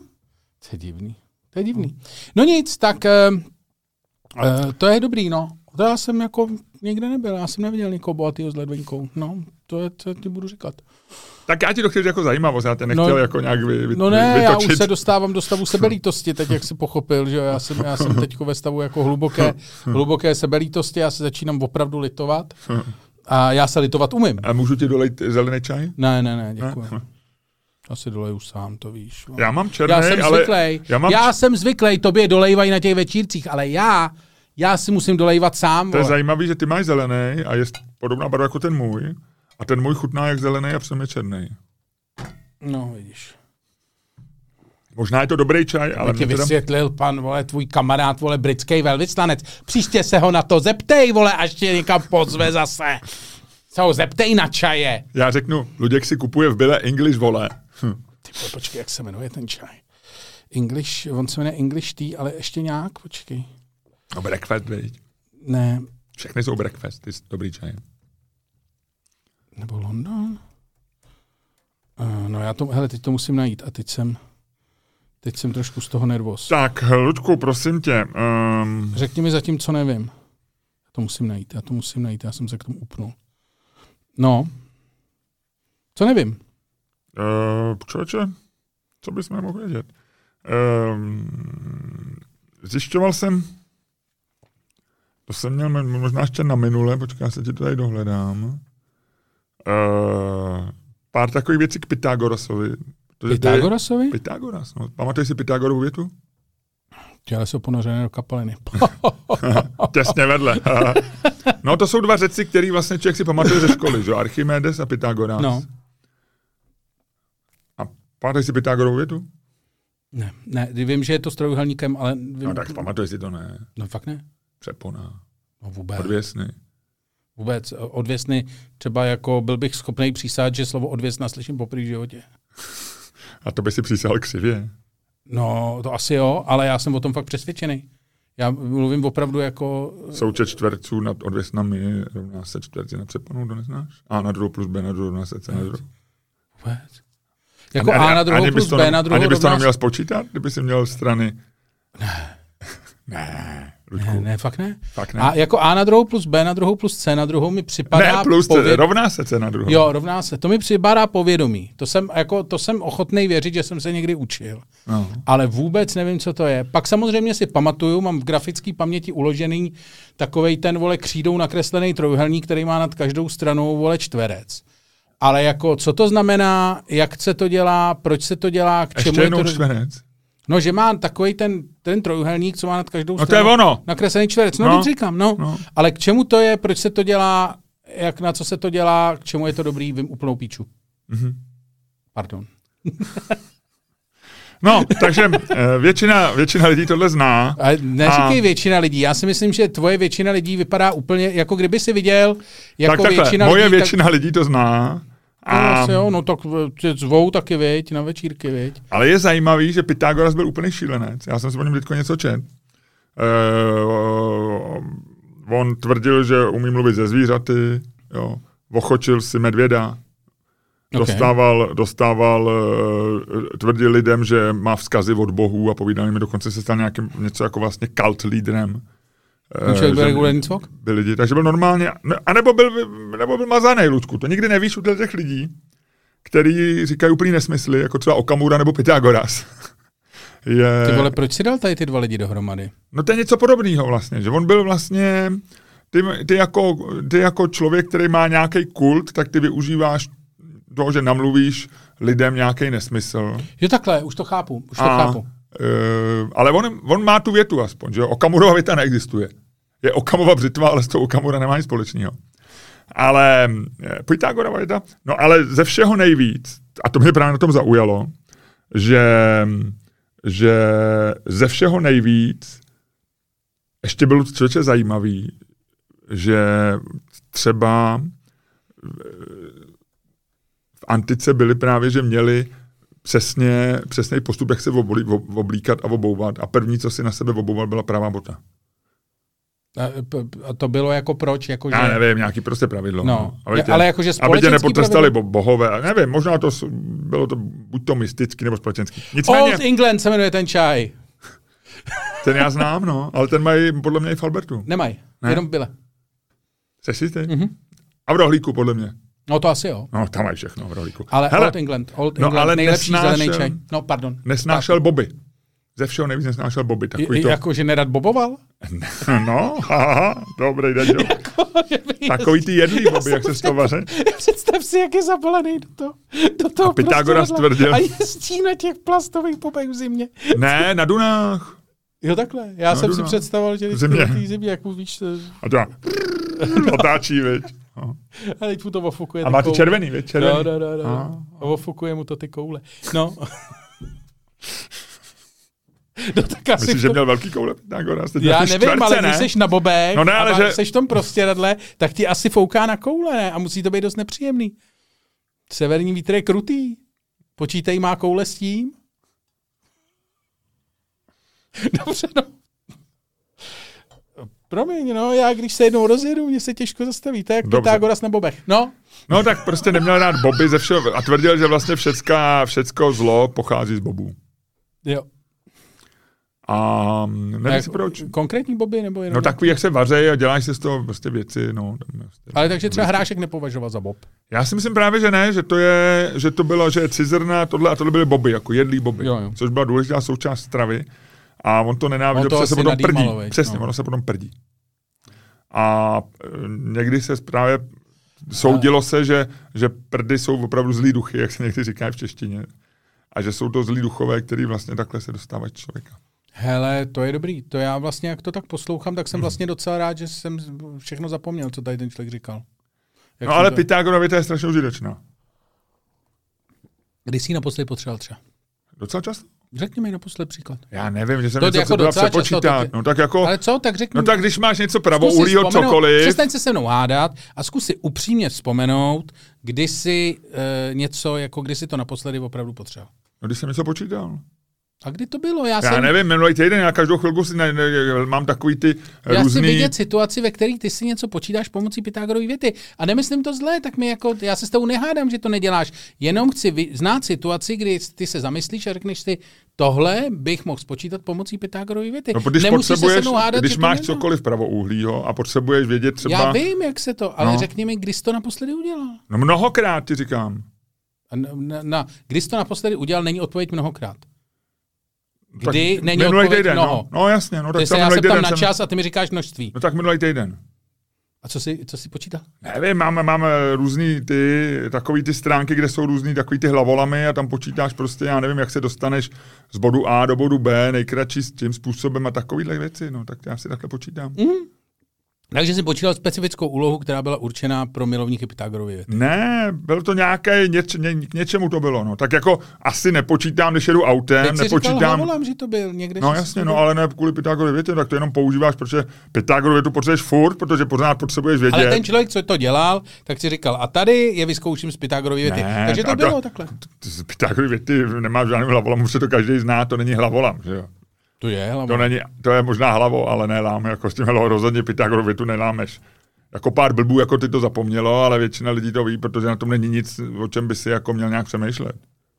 to je divný, to je divný. No nic, tak uh, uh, to je dobrý, no. To já jsem jako nikde nebyl, já jsem neviděl někoho bohatýho s ledvinkou. No, to je, co ti budu říkat. Tak já ti to chtěl jako zajímavost, já tě nechtěl no, jako nějak vy, vy, No ne, vytočit. Já už se dostávám do stavu sebelítosti, teď jak jsi pochopil, že já jsem, já jsem teď ve stavu jako hluboké, hluboké sebelítosti, já se začínám opravdu litovat a já se litovat umím. A můžu ti dolejt zelený čaj? Ne, ne, ne, děkuji. Ne? Já si doleju sám, to víš. No. Já mám černý, já jsem ale... Zvyklej. Já, mám... já jsem zvyklý, tobě dolejvají na těch večírcích, ale já, já si musím dolejvat sám. To je vole. zajímavý, že ty máš zelený a je podobná barva jako ten můj a ten můj chutná jak zelený a přitom je černý. No, vidíš. Možná je to dobrý čaj, ale... Taky teda... vysvětlil pan, vole, tvůj kamarád, vole, britský velvyslanec. Příště se ho na to zeptej, vole, až tě někam pozve zase. Se ho zeptej na čaje. Já řeknu, Luděk si kupuje v byle English, vole. Hm. Ty vole, počkej, jak se jmenuje ten čaj? English, on se jmenuje English tea, ale ještě nějak, počkej. No breakfast, viď? Ne. Všechny jsou breakfast, ty dobrý čaj. Nebo London? Uh, no já to, hele, teď to musím najít a teď jsem, teď jsem trošku z toho nervóz. Tak, Luďku, prosím tě. Um... Řekni mi zatím, co nevím. Já to musím najít, já to musím najít, já jsem se k tomu upnul. No, co nevím? Uh, člověče, co bys mohl vědět? Um, zjišťoval jsem, to jsem měl možná ještě na minule, počkej, já se ti to tady dohledám. Uh, pár takových věcí k Pythagorasovi. Pythagorasovi? Pythagoras, no. Pamatuješ si Pythagorovu větu? Těle jsou ponořené do kapaliny. Těsně vedle. No to jsou dva řeci, který vlastně člověk si pamatuje ze školy, že? Archimedes a Pythagoras. No. A pamatuješ si Pythagorovu větu? Ne, ne, vím, že je to s trojuhelníkem, ale... Vím... No tak pamatuješ si to, ne? No fakt ne. Přepona. No vůbec. Odvěsny. Vůbec. Odvěsny, třeba jako byl bych schopný přísát, že slovo odvěsna slyším poprvé v životě. A to by si přísahal křivě. No, to asi jo, ale já jsem o tom fakt přesvědčený. Já mluvím opravdu jako... Součet čtverců nad odvěsnami rovná se čtverci na přeponu, to neznáš? A na druhou plus B na druhou rovná se C na druhou. Vůbec. Jako A, A na druhou plus B na druhou rovná... Ani bys to rovná... neměl spočítat, kdyby jsi měl strany... Ne. Ne, Luďku. Ne, ne, fakt ne. Fakt ne. A jako A na druhou plus B na druhou plus C na druhou mi připadá... Ne, plus pověd... C, rovná se C na druhou. Jo, rovná se. To mi připadá povědomí. To jsem, jako, to jsem ochotnej věřit, že jsem se někdy učil. No. Ale vůbec nevím, co to je. Pak samozřejmě si pamatuju, mám v grafické paměti uložený takovej ten, vole, křídou nakreslený trojuhelník, který má nad každou stranou, vole, čtverec. Ale jako, co to znamená, jak se to dělá, proč se to dělá, k čemu Ještě je to... čtverec. No, že má takový ten, ten trojuhelník, co má nad každou no, stranu. To je ono. Nakreslený čtverec. No, no. říkám, no. no. Ale k čemu to je, proč se to dělá, jak na co se to dělá, k čemu je to dobrý, vím úplnou píču. Mm-hmm. Pardon. No, takže většina, většina lidí tohle zná. A neříkej a... většina lidí. Já si myslím, že tvoje většina lidí vypadá úplně, jako kdyby si viděl, jako tak většina moje lidí. většina tak... lidí to zná. A... No, jo, no tak tě zvou taky, viď, na večírky, viď. Ale je zajímavý, že Pythagoras byl úplný šílenec. Já jsem si o něm teďko něco čet. Uh, on tvrdil, že umí mluvit ze zvířaty, jo. Vochočil si medvěda. Okay. Dostával, dostával uh, tvrdil lidem, že má vzkazy od bohů a povídal jim, dokonce se stal nějakým něco jako vlastně cult lídrem. Ten člověk byl regulární cvok? Byl lidi, takže byl normálně, a nebo byl, nebo byl mazaný, Luďku. To nikdy nevíš u těch lidí, který říkají úplný nesmysly, jako třeba Okamura nebo Pythagoras. je... Ty vole, proč si dal tady ty dva lidi dohromady? No to je něco podobného vlastně, že on byl vlastně, ty, ty, jako, ty jako člověk, který má nějaký kult, tak ty využíváš toho, že namluvíš lidem nějaký nesmysl. Jo takhle, už to chápu, už to a, chápu. Uh, ale on, on má tu větu aspoň, že Okamurova věta neexistuje. Je Okamova břitva, ale s tou Okamura nemá nic společného. Ale Pythagorova věta, no ale ze všeho nejvíc, a to mě právě na tom zaujalo, že, že ze všeho nejvíc ještě bylo člověče zajímavý, že třeba v antice byli právě, že měli přesně, přesný postup, jak se oblí, oblíkat a obouvat. A první, co si na sebe obouval, byla pravá bota. A to bylo jako proč? Jako, že... Já nevím, nějaký prostě pravidlo. No. Aby tě, ale jakože aby tě nepotrestali pravidlo... bohové. Nevím, možná to bylo to buď to mystický, nebo společenský. Nicméně... Old England se jmenuje ten čaj. Ten já znám, no, ale ten mají podle mě i v Albertu. Nemají, Ne? jenom byle. Jsi si ty? Mm-hmm. A v Rohlíku, podle mě. No to asi jo. No, tam mají všechno v Rohlíku. Ale Hele, Old England, Old no, England, ale nejlepší nesnášel- zelený čaj. No, pardon. Nesnášel Bobby. Ze všeho nejvíc nesnášel Bobby. Takový I, to... Jako, že nerad boboval? No, haha, dobrý den, jo. Jako, že by Takový ty jedlý Bobby, jak se z toho vaří. Představ si, jak je zabalený do toho. Do toho A Pythagoras prostě tvrdil. A jezdí na těch plastových bobech v zimě. Ne, na Dunách. Jo, takhle. Já No, jsem jdu si na- představoval, že v když zimě. v té zimě, jak mu víš, A to otáčí, viď. No. a teď mu to ofukuje. A ty má ty koule. červený, viď, červený. No, no, no, no. A. A ofukuje mu to ty koule. No. No tak asi Myslíš, v že tom- měl velký koule Pythagoras? Teď Já na ty nevím, čtverce, ale když ne? jsi na bobech No ne, ale a že- jsi v tom prostěradle, tak ti asi fouká na koule, ne? A musí to být dost nepříjemný. Severní vítr je krutý. Počítej, má koule s tím. Dobře, no. Promiň, no, já když se jednou rozjedu, mě se těžko zastaví. To je jak Dobře. Pythagoras na bobech. No, No tak prostě neměl rád Bobby ze všeho a tvrdil, že vlastně všecká, všecko zlo pochází z bobů. jo. A nevím Jak- si proč. Konkrétní boby nebo jenom? No takový, jak se vaří a děláš si z toho prostě věci. No, prostě. Ale takže třeba Hrášek nepovažoval za bob. Já si myslím právě, že ne, že to je, že to bylo, že je cizrna, tohle a tohle byly boby, jako jedlý boby, Jo, jo. což byla důležitá součást stravy. A on to nenáviděl, On to protože se asi potom prdí. nadýmalo, veď, Přesně, no. ono se potom prdí. A e, někdy se právě soudilo se, že, že prdy jsou opravdu zlý duchy, jak se někdy říká v češtině. A že jsou to zlí duchové, který vlastně takhle se dostávají člověka. Hele, to je dobrý. To já vlastně, jak to tak poslouchám, tak jsem vlastně docela rád, že jsem všechno zapomněl, co tady ten člověk říkal. Jak No jsem ale to... Pythagorově to je strašně užitečná. Kdy jsi ji naposledy potřeboval třeba? Docela často? Řekni mi naposled příklad. Já nevím, že jsem To něco jako potřeboval docela často, přepočítat. tak- No tak jako, Ale co, tak řekni. no tak když máš něco Zkus si pravouhlýho, vzpomenout- cokoliv, Přestaň se se mnou hádat a zkus si upřímně vzpomenout, kdy jsi e, něco, jako kdy jsi to naposledy opravdu potřeboval. no když jsem něco počítal. A kdy to bylo? Já, Já jsem, nevím, minulý týden, já každou chvilku si ne, ne, mám takový ty já chci různý... vidět situaci, ve které ty si něco počítáš pomocí Pythagorovy věty. A nemyslím to zlé, tak mi jako, já se s tebou nehádám, že to neděláš. Jenom chci vy, znát situaci, kdy ty se zamyslíš a řekneš si, tohle bych mohl spočítat pomocí Pythagorovy věty. No, když Nemusíš se se potřebuješ, mnou hádat, když že to máš nedá. cokoliv pravouhlýho a potřebuješ vědět třeba... Já vím, jak se to, ale No. řekni mi, kdy jsi to naposledy udělal. No mnohokrát ti říkám. A na, na, na, kdy jsi to naposledy udělal, není odpověď mnohokrát. Tak Kdy není minulý odpověď týden, mnoho. no. no jasně, no tak Ty se tam já minulý se ptám týden na jsem... čas a ty mi říkáš množství. No tak minulý týden. A co jsi, co jsi počítal? Nevím, máme, máme různý ty, takový ty stránky, kde jsou různý takový ty hlavolamy a tam počítáš prostě, já nevím, jak se dostaneš z bodu A do bodu B, nejkratší s tím způsobem a takovýhle věci, no tak já si takhle počítám. Mm. Takže jsi počítal specifickou úlohu, která byla určená pro milovníky Pythagorovy věty. Ne, byl to nějaké, něč, ně, k něčemu to bylo, no. Tak jako asi nepočítám, když jedu autem, Teď jsi říkal nepočítám... hlavolám, že to byl někde. No že jasně, jsi no to- ale ne kvůli Pythagorově větě, tak to jenom používáš, protože Pythagorově větu potřebuješ furt, protože pořád potřebuješ vědět. Ale ten člověk, co to dělal, tak si říkal, a tady je vyzkouším z Pythagorovy věty. Ne, Takže to a bylo takhle. Z Pythagorovy věty nemáš žádný hlavolam, už se to každý zná, to není hlavolam, že jo. To je To, hlavolám. není, to je možná hlavo, ale ne lám, jako s tím hlavo rozhodně Pythagorovy větu nelámeš. Jako pár blbů, jako ty to zapomnělo, ale většina lidí to ví, protože na tom není nic, o čem by si jako měl nějak přemýšlet.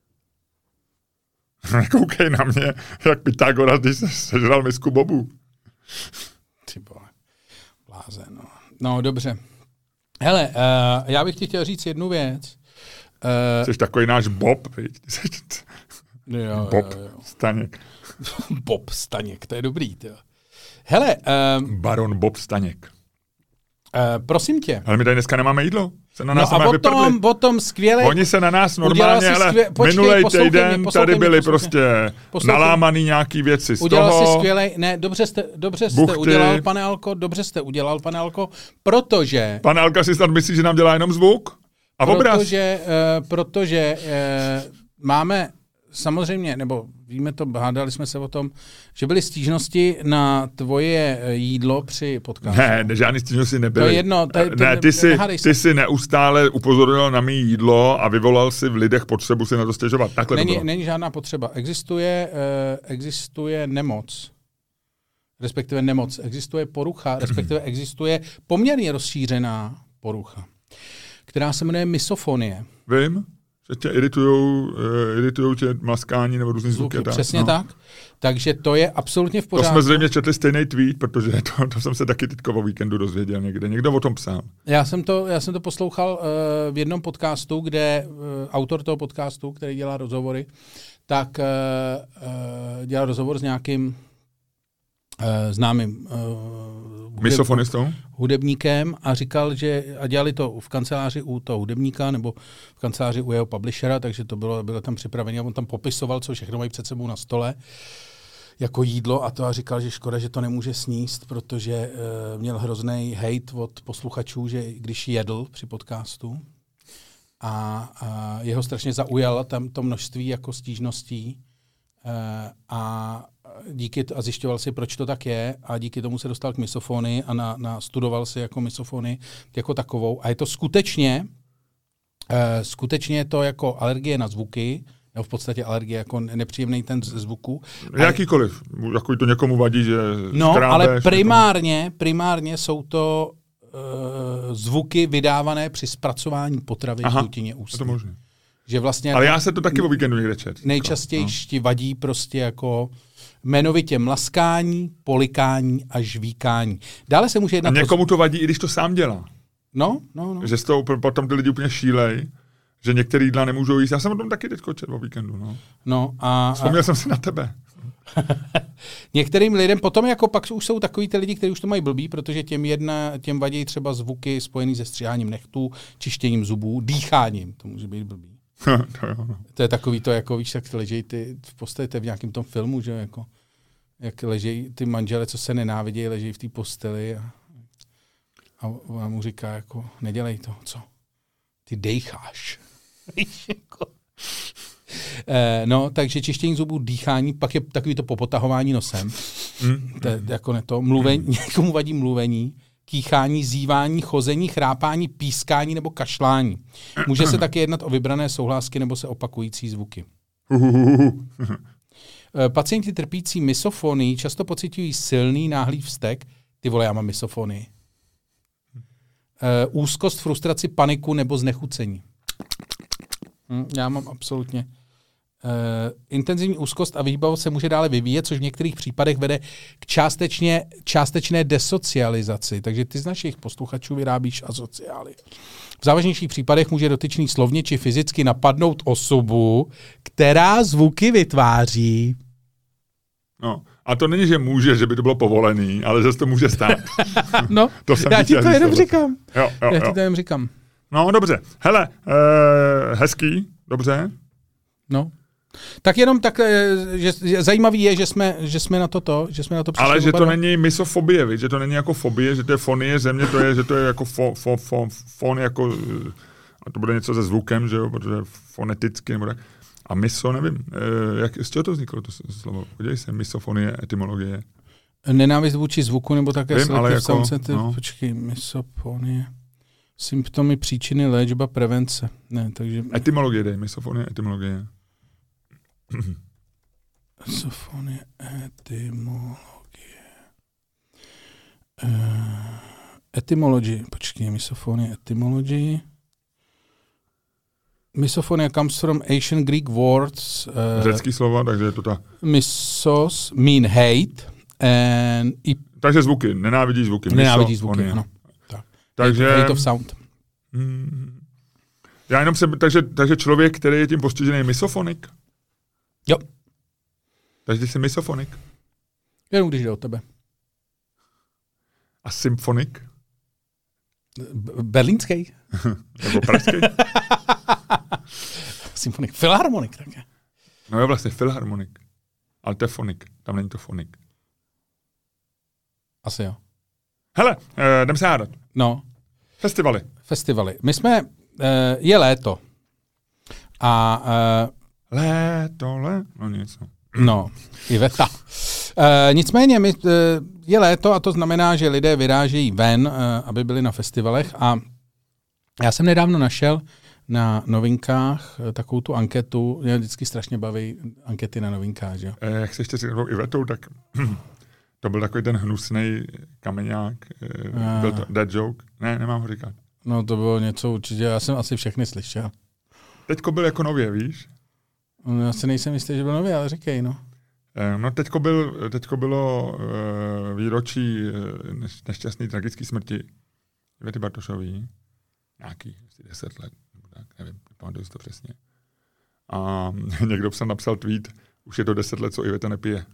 Nekoukej na mě, jak Pythagoras, když se sežral misku bobů. Ty vole, blázen, no. No, dobře. Hele, uh, já bych ti chtěl říct jednu věc. Uh, Jsi takový náš Bob, viď? jo, Bob jo, jo. Staněk. Bob Staněk, to je dobrý, tyjo. Hele, uh, Baron Bob Staněk. uh, prosím tě. Ale my tady dneska nemáme jídlo. Se na nás No a no potom, potom skvěle... Oni se na nás Udělal normálně, jsi ale skvěle- počkej, minulý poslouchej týden mě, poslouchej tady mě, byly poslouchej. prostě Poslouchej. nalámaný nějaký věci z Udělal toho. jsi skvělej, ne, dobře jste, dobře jste Buchty. udělal, pane Alko, dobře jste udělal, pane Alko, protože... Pan Alka si snad myslí, že nám dělá jenom zvuk a obraz. Protože, uh, protože uh, máme samozřejmě, nebo víme to, hádali jsme se o tom, že byly stížnosti na tvoje jídlo při podcastu. Ne, ne, žádný stížnosti nebyly. To je jedno, to je- to ne, ne- ty, si, nehádej se. ty si neustále upozorňoval na mý jídlo a vyvolal si v lidech potřebu si na to stěžovat. Takhle to Není, bylo. není žádná potřeba. Existuje, uh, existuje nemoc, respektive nemoc, existuje porucha, respektive existuje poměrně rozšířená porucha, která se jmenuje misofonie. Vím? Že tě iritujou, uh, iritujou tě maskání nebo různý zvuky. zvuky tak, přesně no. tak. Takže to je absolutně v pořádku. To jsme zřejmě četli stejný tweet, protože to, to jsem se taky teďko o víkendu dozvěděl někde. Někdo o tom psal. Já jsem to, já jsem to poslouchal uh, v jednom podcastu, kde uh, autor toho podcastu, který dělá rozhovory, tak uh, uh, dělal rozhovor s nějakým uh, známým uh, Misofonistou? hudebníkem a říkal, že a dělali to v kanceláři u toho hudebníka nebo v kanceláři u jeho publishera, takže to bylo, bylo tam připravené a on tam popisoval, co všechno mají před sebou na stole jako jídlo a to a říkal, že škoda, že to nemůže sníst, protože uh, měl hrozný hejt od posluchačů, že když jedl při podcastu a, a jeho strašně zaujalo tam to množství jako stížností uh, a díky t- a zjišťoval si, proč to tak je a díky tomu se dostal k misofonii a na, na studoval si jako misofonii jako takovou a je to skutečně uh, skutečně je to jako alergie na zvuky, nebo v podstatě alergie jako nepříjemný ten z zvuku. Jakýkoliv, jako to někomu vadí, že no, škrábeš, ale primárně, někomu... primárně jsou to uh, zvuky vydávané při zpracování potravy v dutině ústní. Je to možné. Že vlastně ale já se to taky o víkendu někde čet. Nejčastěji ti no. vadí prostě jako jmenovitě mlaskání, polikání a žvíkání. Dále se může jednat... A někomu to vadí, i když to sám dělá. No, no, no. Že z toho potom ty lidi úplně šílej, že některé jídla nemůžou jíst. Já jsem o tom taky teďko čet o víkendu. No. No a... Vzpomněl a... jsem si na tebe. Některým lidem potom jako pak už jsou takový ty lidi, kteří už to mají blbý, protože těm jedna, těm vadí třeba zvuky spojený se stříháním nechtů, čištěním zubů, dýcháním. To může být blbý. to, jo, no. To je takový to, jako víš, jak ležejí ty v podstatě v nějakém tom filmu, že jako jak ležejí ty manžele, co se nenávidějí, ležejí v té posteli a, a ona mu říká jako, nedělej to, co? Ty dejcháš. Víš, jako... Eh, no, takže čištění zubů, dýchání, pak je takový to popotahování nosem. Mm. To je jako ne to. Mluvení, mm. Někomu vadí mluvení, kýchání, zívání, chození, chrápání, pískání nebo kašlání. Může se taky jednat o vybrané souhlásky nebo se opakující zvuky. Pacienti trpící misofonii často pociťují silný náhlý vztek. Ty vole, já mám misofonii. Úzkost, frustraci, paniku nebo znechucení. Hm, já mám absolutně. Uh, intenzivní úzkost a výbavost se může dále vyvíjet, což v některých případech vede k částečně, částečné desocializaci. Takže ty z našich posluchačů vyrábíš asociály. V závažnějších případech může dotyčný slovně či fyzicky napadnout osobu, která zvuky vytváří. No, a to není, že může, že by to bylo povolený, ale že to může stát. No, to jsem já ti to jenom říkám. Jo, jo, já ti jo. to jenom říkám. No, dobře. Hele, uh, hezký, dobře. No. Tak jenom tak, že zajímavý je, že jsme, že jsme na to to, že jsme na to přišli. Ale že oba to dva. není misofobie, víš? Že to není jako fobie, že to je fonie země, to je, že to je jako fo, fo, fo, fon jako, a to bude něco se zvukem, že jo, protože foneticky nebo tak. A miso, nevím, jak, z čeho to vzniklo to slovo? Podívej se, misofonie, etymologie. Nenávist vůči zvuku, nebo také vím, ale jako, ty, no. Počkej, misofonie. Symptomy, příčiny, léčba, prevence. Ne, takže... Etymologie dej, misofonie, etymologie. Misofonie, etymologie. Uh, etymology, počkej, misofonie, etymology. Misofonia comes from ancient Greek words. Uh, Řecký slova, takže je to ta... Misos mean hate. And i... Takže zvuky, nenávidí zvuky. Nenávidí zvuky, ano. Tak. Takže... Hate of sound. Hmm, já jenom jsem, takže, takže člověk, který je tím postižený, je misofonik? Jo. Takže ty jsi misofonik? Jenom když jde o tebe. A symfonik? B- berlínský? Nebo pražský? Symfonik. Filharmonik také. No jo, vlastně filharmonik. Ale to je fonik. Tam není to fonik. Asi jo. Hele, uh, jdem se hádat. No. Festivaly. Festivaly. My jsme, uh, je léto. A... Uh, léto, le... No nic. No, no i veta. Uh, nicméně my, uh, je léto a to znamená, že lidé vyrážejí ven, uh, aby byli na festivalech a já jsem nedávno našel na novinkách takovou tu anketu, mě vždycky strašně baví ankety na novinkách, že jo? Eh, jak se ještě řeknou Ivetou, tak to byl takový ten hnusnej kameňák, eh, byl to dead joke. Ne, nemám ho říkat. No to bylo něco určitě, já jsem asi všechny slyšel. teďko byl jako nově, víš? No, já si nejsem jistý, že byl nově, ale říkej, no. No teďko, byl, teďko bylo uh, výročí uh, nešťastný tragický smrti Ivety Bartošový. Nějaký asi deset let, nebo tak, nevím, nepamatuji to přesně. A někdo jsem napsal tweet, už je to deset let, co Iveta nepije.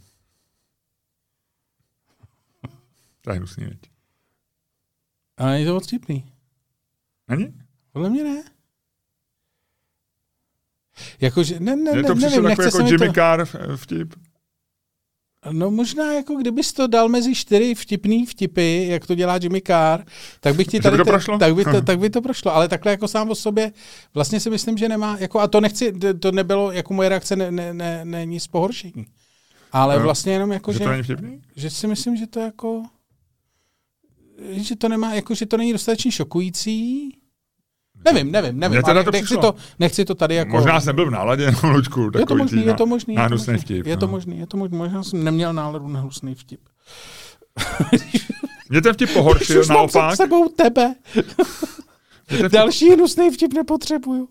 To je hnusný, veď. Ale není to moc vtipný. Není? Podle mě ne. Jakože, ne, ne, je to ne, přišlo nevím, takový jako Jimmy to... Carr vtip? No možná, jako kdybys to dal mezi čtyři vtipný vtipy, jak to dělá Jimmy Carr, tak bych ti tady... By to prošlo? Tak by to, tak by to prošlo, ale takhle jako sám o sobě vlastně si myslím, že nemá, jako, a to nechci, to nebylo, jako moje reakce není ne, ne, ne, nic pohoršení. Ale no, vlastně jenom jako, že... Že, to není vtipný? Že si myslím, že to jako... Že to nemá, jako, že to není dostatečně šokující. Nevím, nevím, nevím. To nechci, to, nechci to tady jako... Možná jsem byl v náladě, no, Lučku, je to možný, na, je to možný. Na je to hnusný možný, vtip. Je no. to možný, je to možný. Možná jsem neměl náladu na hnusný vtip. Mě ten vtip pohoršil, už naopak. mám před sebou tebe. Vtip... Další hnusný vtip nepotřebuju.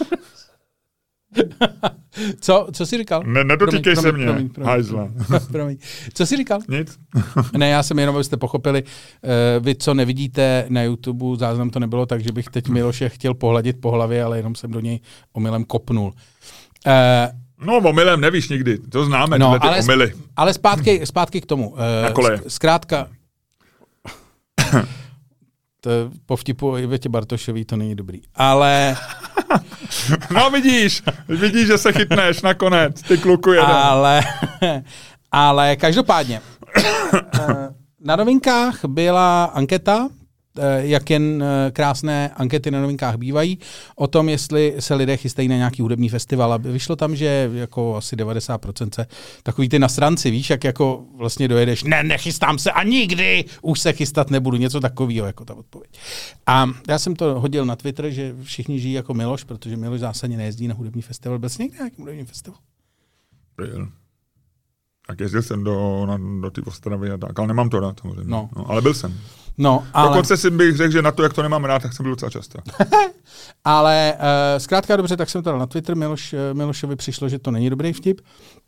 co, co jsi říkal? Ne, nedotýkej se mě, promiň, promiň, hajzla. promiň. Co jsi říkal? Nic. Ne, já jsem jenom, abyste pochopili, uh, vy, co nevidíte na YouTube, záznam to nebylo tak, že bych teď Miloše chtěl pohladit po hlavě, ale jenom jsem do něj omylem kopnul. Uh, no, omylem nevíš nikdy, to známe, no, tyhle ty ale, omyly. Ale zpátky, zpátky k tomu. Uh, na koleje. Zkrátka, to po vtipu o Ivetě Bartošový to není dobrý. Ale... no vidíš, vidíš, že se chytneš nakonec, ty kluku jeden. Ale, ale každopádně, na Novinkách byla anketa, jak jen krásné ankety na Novinkách bývají, o tom, jestli se lidé chystají na nějaký hudební festival. A vyšlo tam, že jako asi devadesát procent se takový ty nasranci, víš, jak jako vlastně dojedeš, ne, nechystám se a nikdy už se chystat nebudu, něco takového, jako ta odpověď. A já jsem to hodil na Twitter, že všichni žijí jako Miloš, protože Miloš zásadně nejezdí na hudební festival. Byl jsi někde na nějaký hudební festival? Byl. Tak jezdil jsem do, na, do ty Ostravy a tak, ale nemám to rád, samozřejmě. No. No, ale byl jsem. No, ale... Dokonce si bych řekl, že na to, jak to nemám rád, tak jsem byl docela často. ale uh, zkrátka dobře, tak jsem to dal na Twitter, Miloš, Milošovi přišlo, že to není dobrý vtip.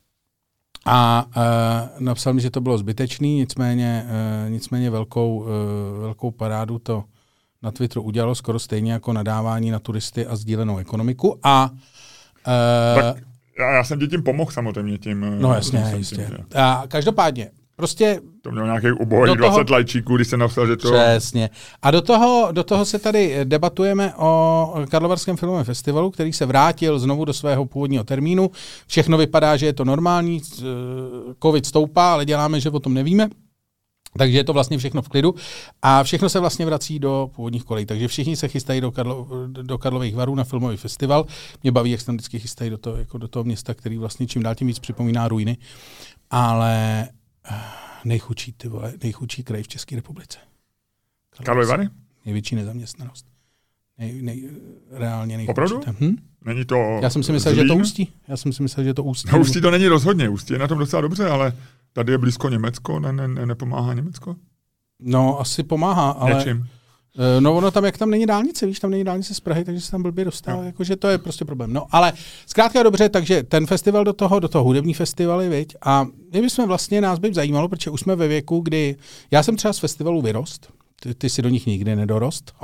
A uh, napsal mi, že to bylo zbytečný, nicméně, uh, nicméně velkou, uh, velkou parádu to na Twitteru udělalo, skoro stejně jako nadávání na turisty a sdílenou ekonomiku. A uh, tak já, já jsem ti tím pomohl samozřejmě tím. No jasně, jistě. A každopádně, prostě... To měl nějaký ubohý dvacet lajčíků, když jsem napsal, že to... Přesně. A do toho, do toho se tady debatujeme o Karlovarském filmovém festivalu, který se vrátil znovu do svého původního termínu. Všechno vypadá, že je to normální, covid stoupá, ale děláme, že o tom nevíme. Takže je to vlastně všechno v klidu a všechno se vlastně vrací do původních kolejí. Takže všichni se chystají do, Karlo, do Karlových Varů na filmový festival. Mě baví, jak se tam vždycky chystají do toho, jako do toho města, který vlastně čím dál tím víc připomíná ruiny. Ale nejchudší, ty vole, nejchudší kraj v České republice. Karlovy Vary? Největší nezaměstnanost. Nej, nej, reálně nejchudší. Opravdu? Hm? Není to Já jsem si myslel, Zlín? že to Ústí. Já jsem si myslel, že to Ústí. No, Ústí to není rozhodně. Ústí je na tom docela dobře, ale tady je blízko Německo, ne, ne, ne, nepomáhá Německo? No, asi pomáhá, ale... Něčím. No ono tam, jak tam není dálnice, víš, tam není dálnice z Prahy, takže se tam blbě dostává, no. Jakože to je prostě problém. No, ale zkrátka dobře, takže ten festival do toho, do toho hudební festivaly, viď, a my bychom vlastně, nás by zajímalo, protože už jsme ve věku, kdy, já jsem třeba z festivalu vyrost, ty, ty si do nich nikdy nedorost,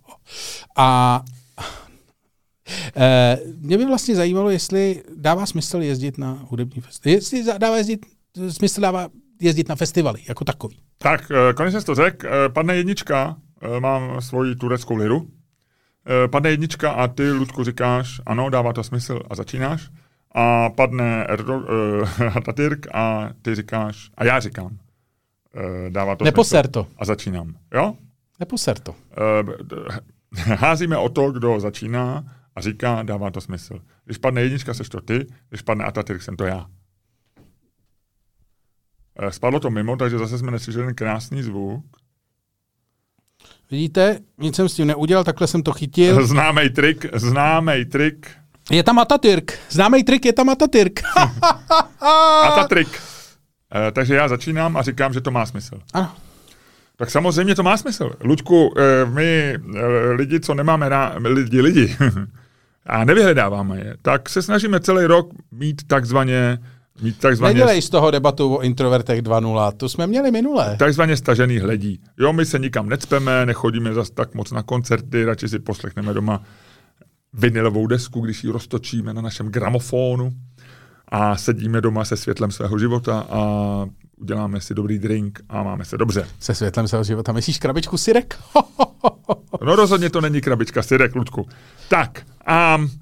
a e, mě by vlastně zajímalo, jestli dává smysl jezdit na hudební festival, jestli dává jezdit, smysl dává jezdit na festivaly, jako takový. Tak, konečně jsi to řekl, padne jednička, mám svoji tureckou liru, padne jednička a ty, Ludku, říkáš, ano, dává to smysl a začínáš. A padne Erdo, uh, Atatürk a ty říkáš, a já říkám, uh, dává to Neposer smysl to. a začínám. Jo? Neposer to. Uh, házíme o to, kdo začíná a říká, dává to smysl. Když padne jednička, seš to ty, když padne Atatürk, jsem to já. Uh, spadlo to mimo, takže zase jsme neslyšeli krásný zvuk. Vidíte, nic jsem s tím neudělal, takhle jsem to chytil. Známej trik, známej trik. Je tam Atatürk. Známej trik, je tam Atatürk. Atatürk. E, takže já začínám a říkám, že to má smysl. Ano. Tak samozřejmě to má smysl. Luďku, e, my e, lidi, co nemáme rádi, lidi, lidi, a nevyhledáváme je, tak se snažíme celý rok mít takzvaně mít takzvaně... Nedělej z toho debatu o introvertech dva nula, to jsme měli minule. Takzvaně stažený hledí. Jo, my se nikam necpeme, nechodíme zas tak moc na koncerty, radši si poslechneme doma vinylovou desku, když ji roztočíme na našem gramofonu a sedíme doma se světlem svého života a uděláme si dobrý drink a máme se dobře. Se světlem svého života. Myslíš krabičku syrek? No rozhodně to není krabička syrek, Ludku. Tak, a, uh,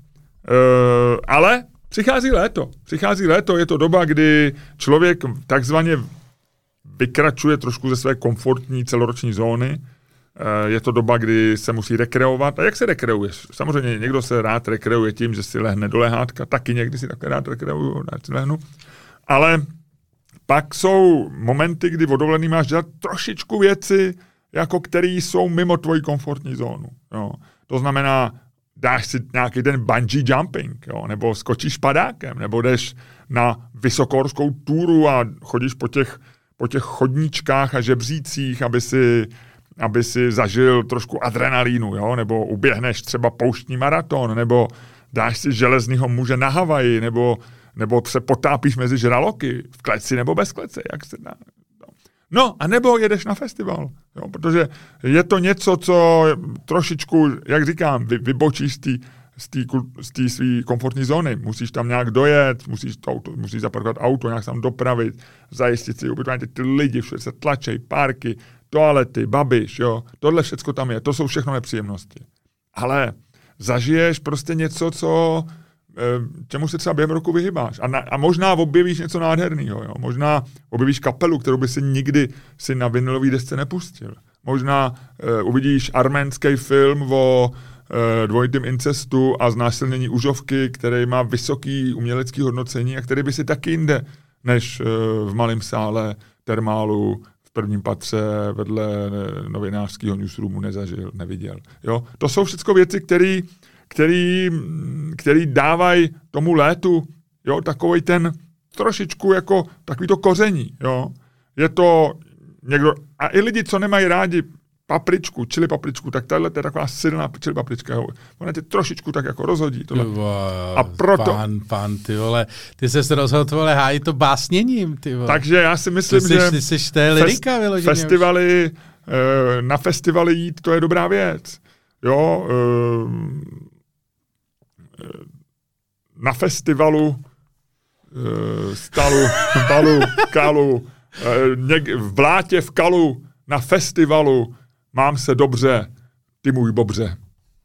ale přichází léto. Přichází léto, je to doba, kdy člověk takzvaně vykračuje trošku ze své komfortní celoroční zóny. Je to doba, kdy se musí rekreovat. A jak se rekreuješ? Samozřejmě někdo se rád rekreuje tím, že si lehne do lehátka, taky někdy si takhle rád rekreuju, rád si lehnu. Ale pak jsou momenty, kdy v dovolený máš dělat trošičku věci, jako které jsou mimo tvoji komfortní zónu. Jo. To znamená, dáš si nějaký ten bungee jumping, jo, nebo skočíš padákem, nebo jdeš na vysokohorskou túru a chodíš po těch, po těch chodníčkách a žebřících, aby si, aby si zažil trošku adrenalínu, jo, nebo uběhneš třeba pouštní maraton, nebo dáš si železnýho muže na Havaji, nebo, nebo se potápíš mezi žraloky, v kleci nebo bez klece, jak se dá. No, a nebo jedeš na festival, jo, protože je to něco, co trošičku, jak říkám, vy, vybočíš z té své komfortní zóny. Musíš tam nějak dojet, musíš, to auto, musíš zaparkovat auto, nějak tam dopravit, zajistit si ubytování, ty lidi, všude se tlačej, parky, toalety, babiš, jo, tohle všecko tam je, to jsou všechno nepříjemnosti. Ale zažiješ prostě něco, co... čemu se třeba během roku vyhybáš. A, na, a možná objevíš něco nádherného. Jo? Možná objevíš kapelu, kterou by si nikdy si na vinylové desce nepustil. Možná uh, uvidíš arménský film o uh, dvojitém incestu a znásilnění užovky, který má vysoký umělecký hodnocení a který by si taky jinde, než uh, v malém sále termálu v prvním patře vedle novinářského newsroomu nezažil, neviděl. Jo? To jsou všechno věci, které který, který dávají tomu létu, jo, takovej ten trošičku jako takový to koření, jo. Je to někdo, a i lidi, co nemají rádi papričku, čili papričku, tak tahle je taková silná čili paprička, jo. Ona tě trošičku tak jako rozhodí. Tohle. Wow, a proto... Pán, pán, ty vole, ty ses rozhodl, vole, hájí to básněním, ty vole. Takže já si myslím, ty jsi, že ty jsi té lirika, vyloženě festivaly, na festivaly jít, to je dobrá věc. Jo, na festivalu stalu, balu, kalu, něk, v blátě v kalu, na festivalu, mám se dobře, ty můj bobře.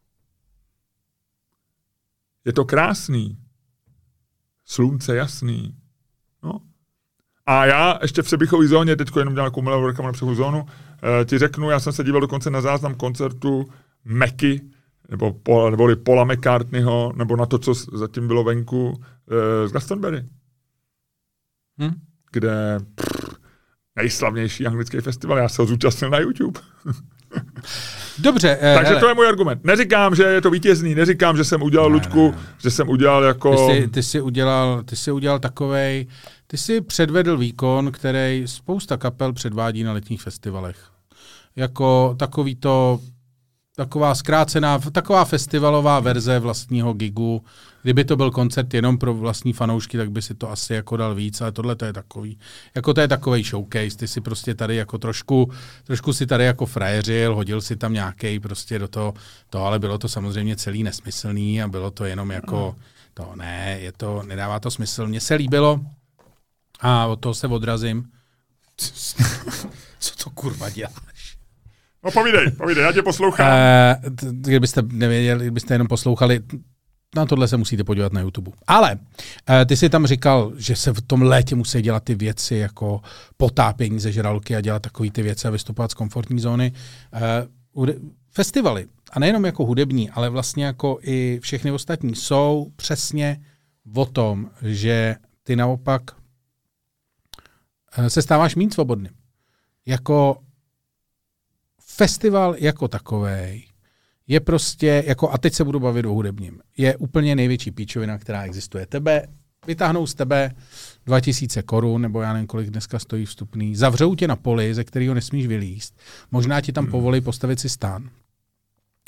Je to krásný. Slunce jasný. No. A já ještě v přebychové zóně, teďko jenom dělám nějakou milou reklamu na přeběhovou zónu, ti řeknu, já jsem se díval dokonce na záznam koncertu Meky, nebo, Paul, neboli Paula McCartneyho, nebo na to, co zatím bylo venku e, z Glastonbury. Hm? Kde pff, nejslavnější anglický festival, já se ho zúčastnil na YouTube. Dobře. Eh, Takže hele. to je můj argument. Neříkám, že je to vítězný, neříkám, že jsem udělal ne, Luďku, ne, ne. že jsem udělal jako... Ty jsi, ty jsi udělal, ty jsi udělal takovej, ty jsi předvedl výkon, který spousta kapel předvádí na letních festivalech. Jako takový to... Taková zkrácená, taková festivalová verze vlastního gigu. Kdyby to byl koncert jenom pro vlastní fanoušky, tak by si to asi jako dal víc, ale tohle to je takový, jako to je takovej showcase, ty si prostě tady jako trošku, trošku si tady jako frajeřil, hodil si tam nějaký prostě do toho, to, ale bylo to samozřejmě celý nesmyslný a bylo to jenom jako, to ne, je to, nedává to smysl. Mně se líbilo a od toho se odrazím. Co to kurva děláš? No povídej, povídej, já tě poslouchám. Uh, kdybyste nevěděli, kdybyste jenom poslouchali, na tohle se musíte podívat na YouTube. Ale uh, ty jsi tam říkal, že se v tom létě musí dělat ty věci jako potápění ze žraloky a dělat takové ty věci a vystupovat z komfortní zóny. Uh, festivaly, a nejenom jako hudební, ale vlastně jako i všechny ostatní, jsou přesně o tom, že ty naopak uh, se stáváš méně svobodným. Jako festival jako takovej je prostě, jako, a teď se budu bavit o hudebním, je úplně největší píčovina, která existuje. Tebe vytáhnou z tebe dva tisíce korun, nebo já nevím, kolik dneska stojí vstupný, zavřou tě na poli, ze kterého nesmíš vylízt, možná ti tam povolí postavit si stán.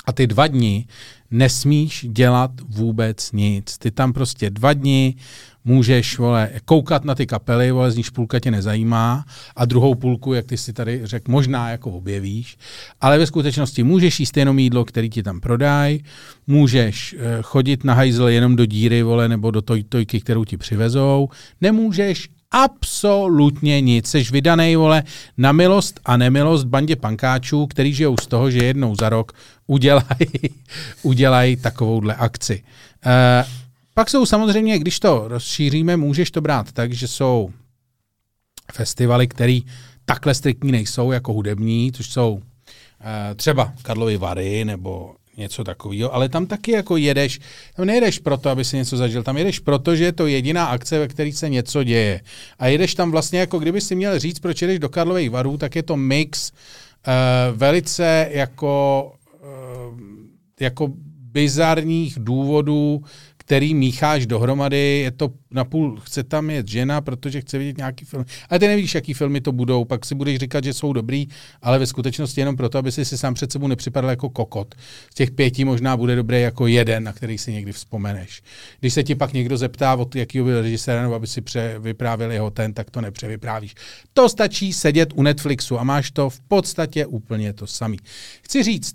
A ty dva dny nesmíš dělat vůbec nic. Ty tam prostě dva dny můžeš, vole, koukat na ty kapely, vole, z níž půlka tě nezajímá a druhou půlku, jak ty si tady řekl, možná jako objevíš, ale ve skutečnosti můžeš jíst jenom jídlo, který ti tam prodají, můžeš chodit na hajzl jenom do díry, vole, nebo do toj, tojky, kterou ti přivezou, nemůžeš absolutně nic. Seš vydanej, vole, na milost a nemilost bandě pankáčů, který žijou z toho, že jednou za rok udělají udělaj takovouhle akci. Uh, Pak jsou samozřejmě, když to rozšíříme, můžeš to brát tak, že jsou festivaly, které takhle striktní nejsou jako hudební, což jsou uh, třeba Karlovy Vary nebo něco takového, ale tam taky jako jedeš, tam nejedeš proto, aby si něco zažil, tam jedeš proto, že je to jediná akce, ve které se něco děje. A jedeš tam vlastně, jako kdyby si měl říct, proč jedeš do Karlových Varů, tak je to mix uh, velice jako, uh, jako bizarních důvodů, který mícháš dohromady, je to napůl, chce tam jet žena, protože chce vidět nějaký film. Ale ty nevíš, jaký filmy to budou, pak si budeš říkat, že jsou dobrý, ale ve skutečnosti jenom proto, aby si si sám před sebou nepřipadal jako kokot. Z těch pěti možná bude dobrý jako jeden, na který si někdy vzpomeneš. Když se ti pak někdo zeptá, od jakýho byl režisér, nebo aby si vyprávěl jeho ten, tak to nepřevyprávíš. To stačí sedět u Netflixu a máš to v podstatě úplně to samý. Chci říct,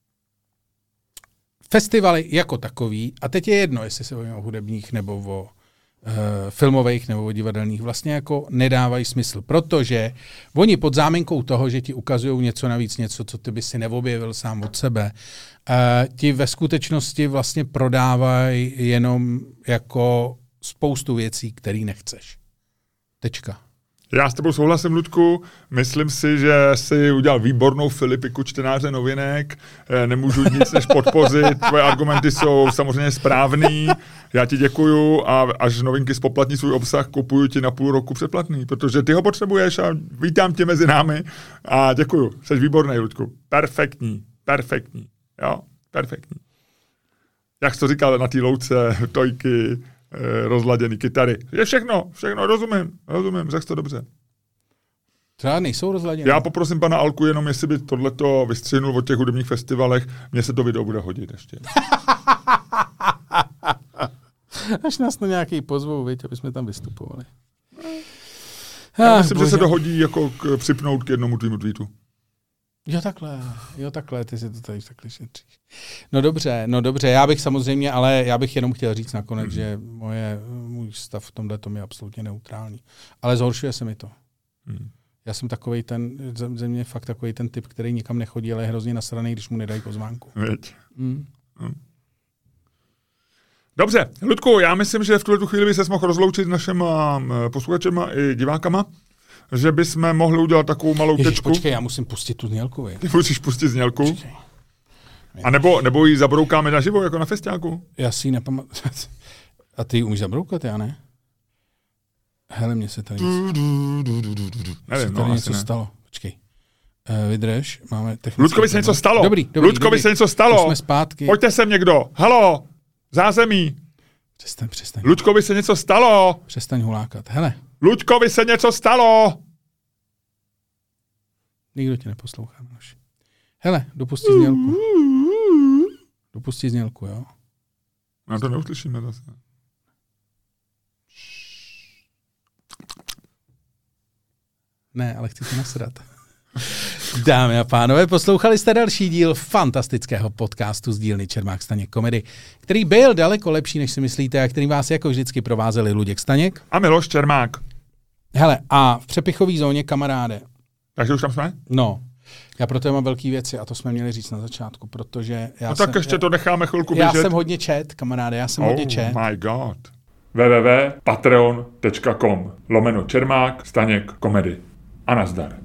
festivaly jako takový, a teď je jedno, jestli se bavíme o hudebních nebo o uh, filmových nebo o divadelních, vlastně jako nedávají smysl, protože oni pod záminkou toho, že ti ukazují něco navíc, něco, co ty by si neobjevil sám od sebe, uh, ti ve skutečnosti vlastně prodávají jenom jako spoustu věcí, které nechceš. Tečka. Já s tebou souhlasím, Ludku. Myslím si, že si udělal výbornou Filipiku čtenáře novinek. Nemůžu nic než podpořit. Tvoje argumenty jsou samozřejmě správný. Já ti děkuju a až novinky spoplatní svůj obsah, kupuju ti na půl roku předplatný, protože ty ho potřebuješ a vítám tě mezi námi a děkuju. Jsi výborný, Ludku. Perfektní, perfektní. Jo, perfektní. Jak jsi to říkal na té louce, tojky, rozladěný kytary. Je všechno, všechno, rozumím, rozumím, řekl to dobře. Třeba nejsou rozladěný. Já poprosím pana Alku jenom, jestli by tohleto vystřihnul od těch hudebních festivalech, mně se to video bude hodit ještě. Až nás na nějaký pozvou, viď, aby jsme tam vystupovali. Já myslím, bože. Že se to hodí jako k, připnout k jednomu tvýmu tweetu. Jo takhle, jo takhle, ty si to tady takhle šetříš. No dobře, no dobře, já bych samozřejmě, ale já bych jenom chtěl říct nakonec, mm. že moje, můj stav v tomhle tom je absolutně neutrální. Ale zhoršuje se mi to. Mm. Já jsem takovej ten, ze mě fakt takovej ten typ, který nikam nechodí, ale je hrozně nasranej, když mu nedají pozvánku. Mm. Mm. Dobře, Ludku, já myslím, že v tuhle chvíli by se mohl rozloučit s našima posluchačema i divákama. Že bychom mohli udělat takovou malou Ježiš, tečku. Počkej, já musím pustit tu znělku. Je. Ty musíš pustit znělku? A nebo, nebo ji zabroukáme naživo, jako na festiáku? Já si ji nepamatuji. A ty ji umíš zabroukat, já ne? Hele, mně se tady něco, Nevím, se tady no, něco ne. stalo. Počkej. Uh, vydrž, máme technické... Ludkovi se něco stalo. Dobrý, dobrý. Ludkovi dobrý. se něco stalo. Už jsme zpátky. Pojďte sem někdo. Halo, zázemí. Přestaň, přestaň. Ludkovi se něco stalo. Přestaň hulákat. Hele. Luďkovi se něco stalo! Nikdo tě neposlouchá, Miloš. Hele, dopustí znělku. Dopustí znělku, jo? No to neuslyšíme zase. Ne, ale chci to nasrat. Dámy a pánové, poslouchali jste další díl fantastického podcastu z dílny Čermák Staněk Komedy, který byl daleko lepší, než si myslíte, a který vás jako vždycky provázeli Luděk Staněk a Miloš Čermák. Hele, a v přepichové zóně, kamaráde. Takže už tam jsme? No, já proto mám velké věci a to jsme měli říct na začátku, protože já No tak jsem, ještě já, to necháme chvilku běžet. Já jsem hodně čet, kamaráde, já jsem oh hodně čet. Oh my god. w w w tečka patreon tečka com lomeno Čermák Staněk Komedy. A nazdar.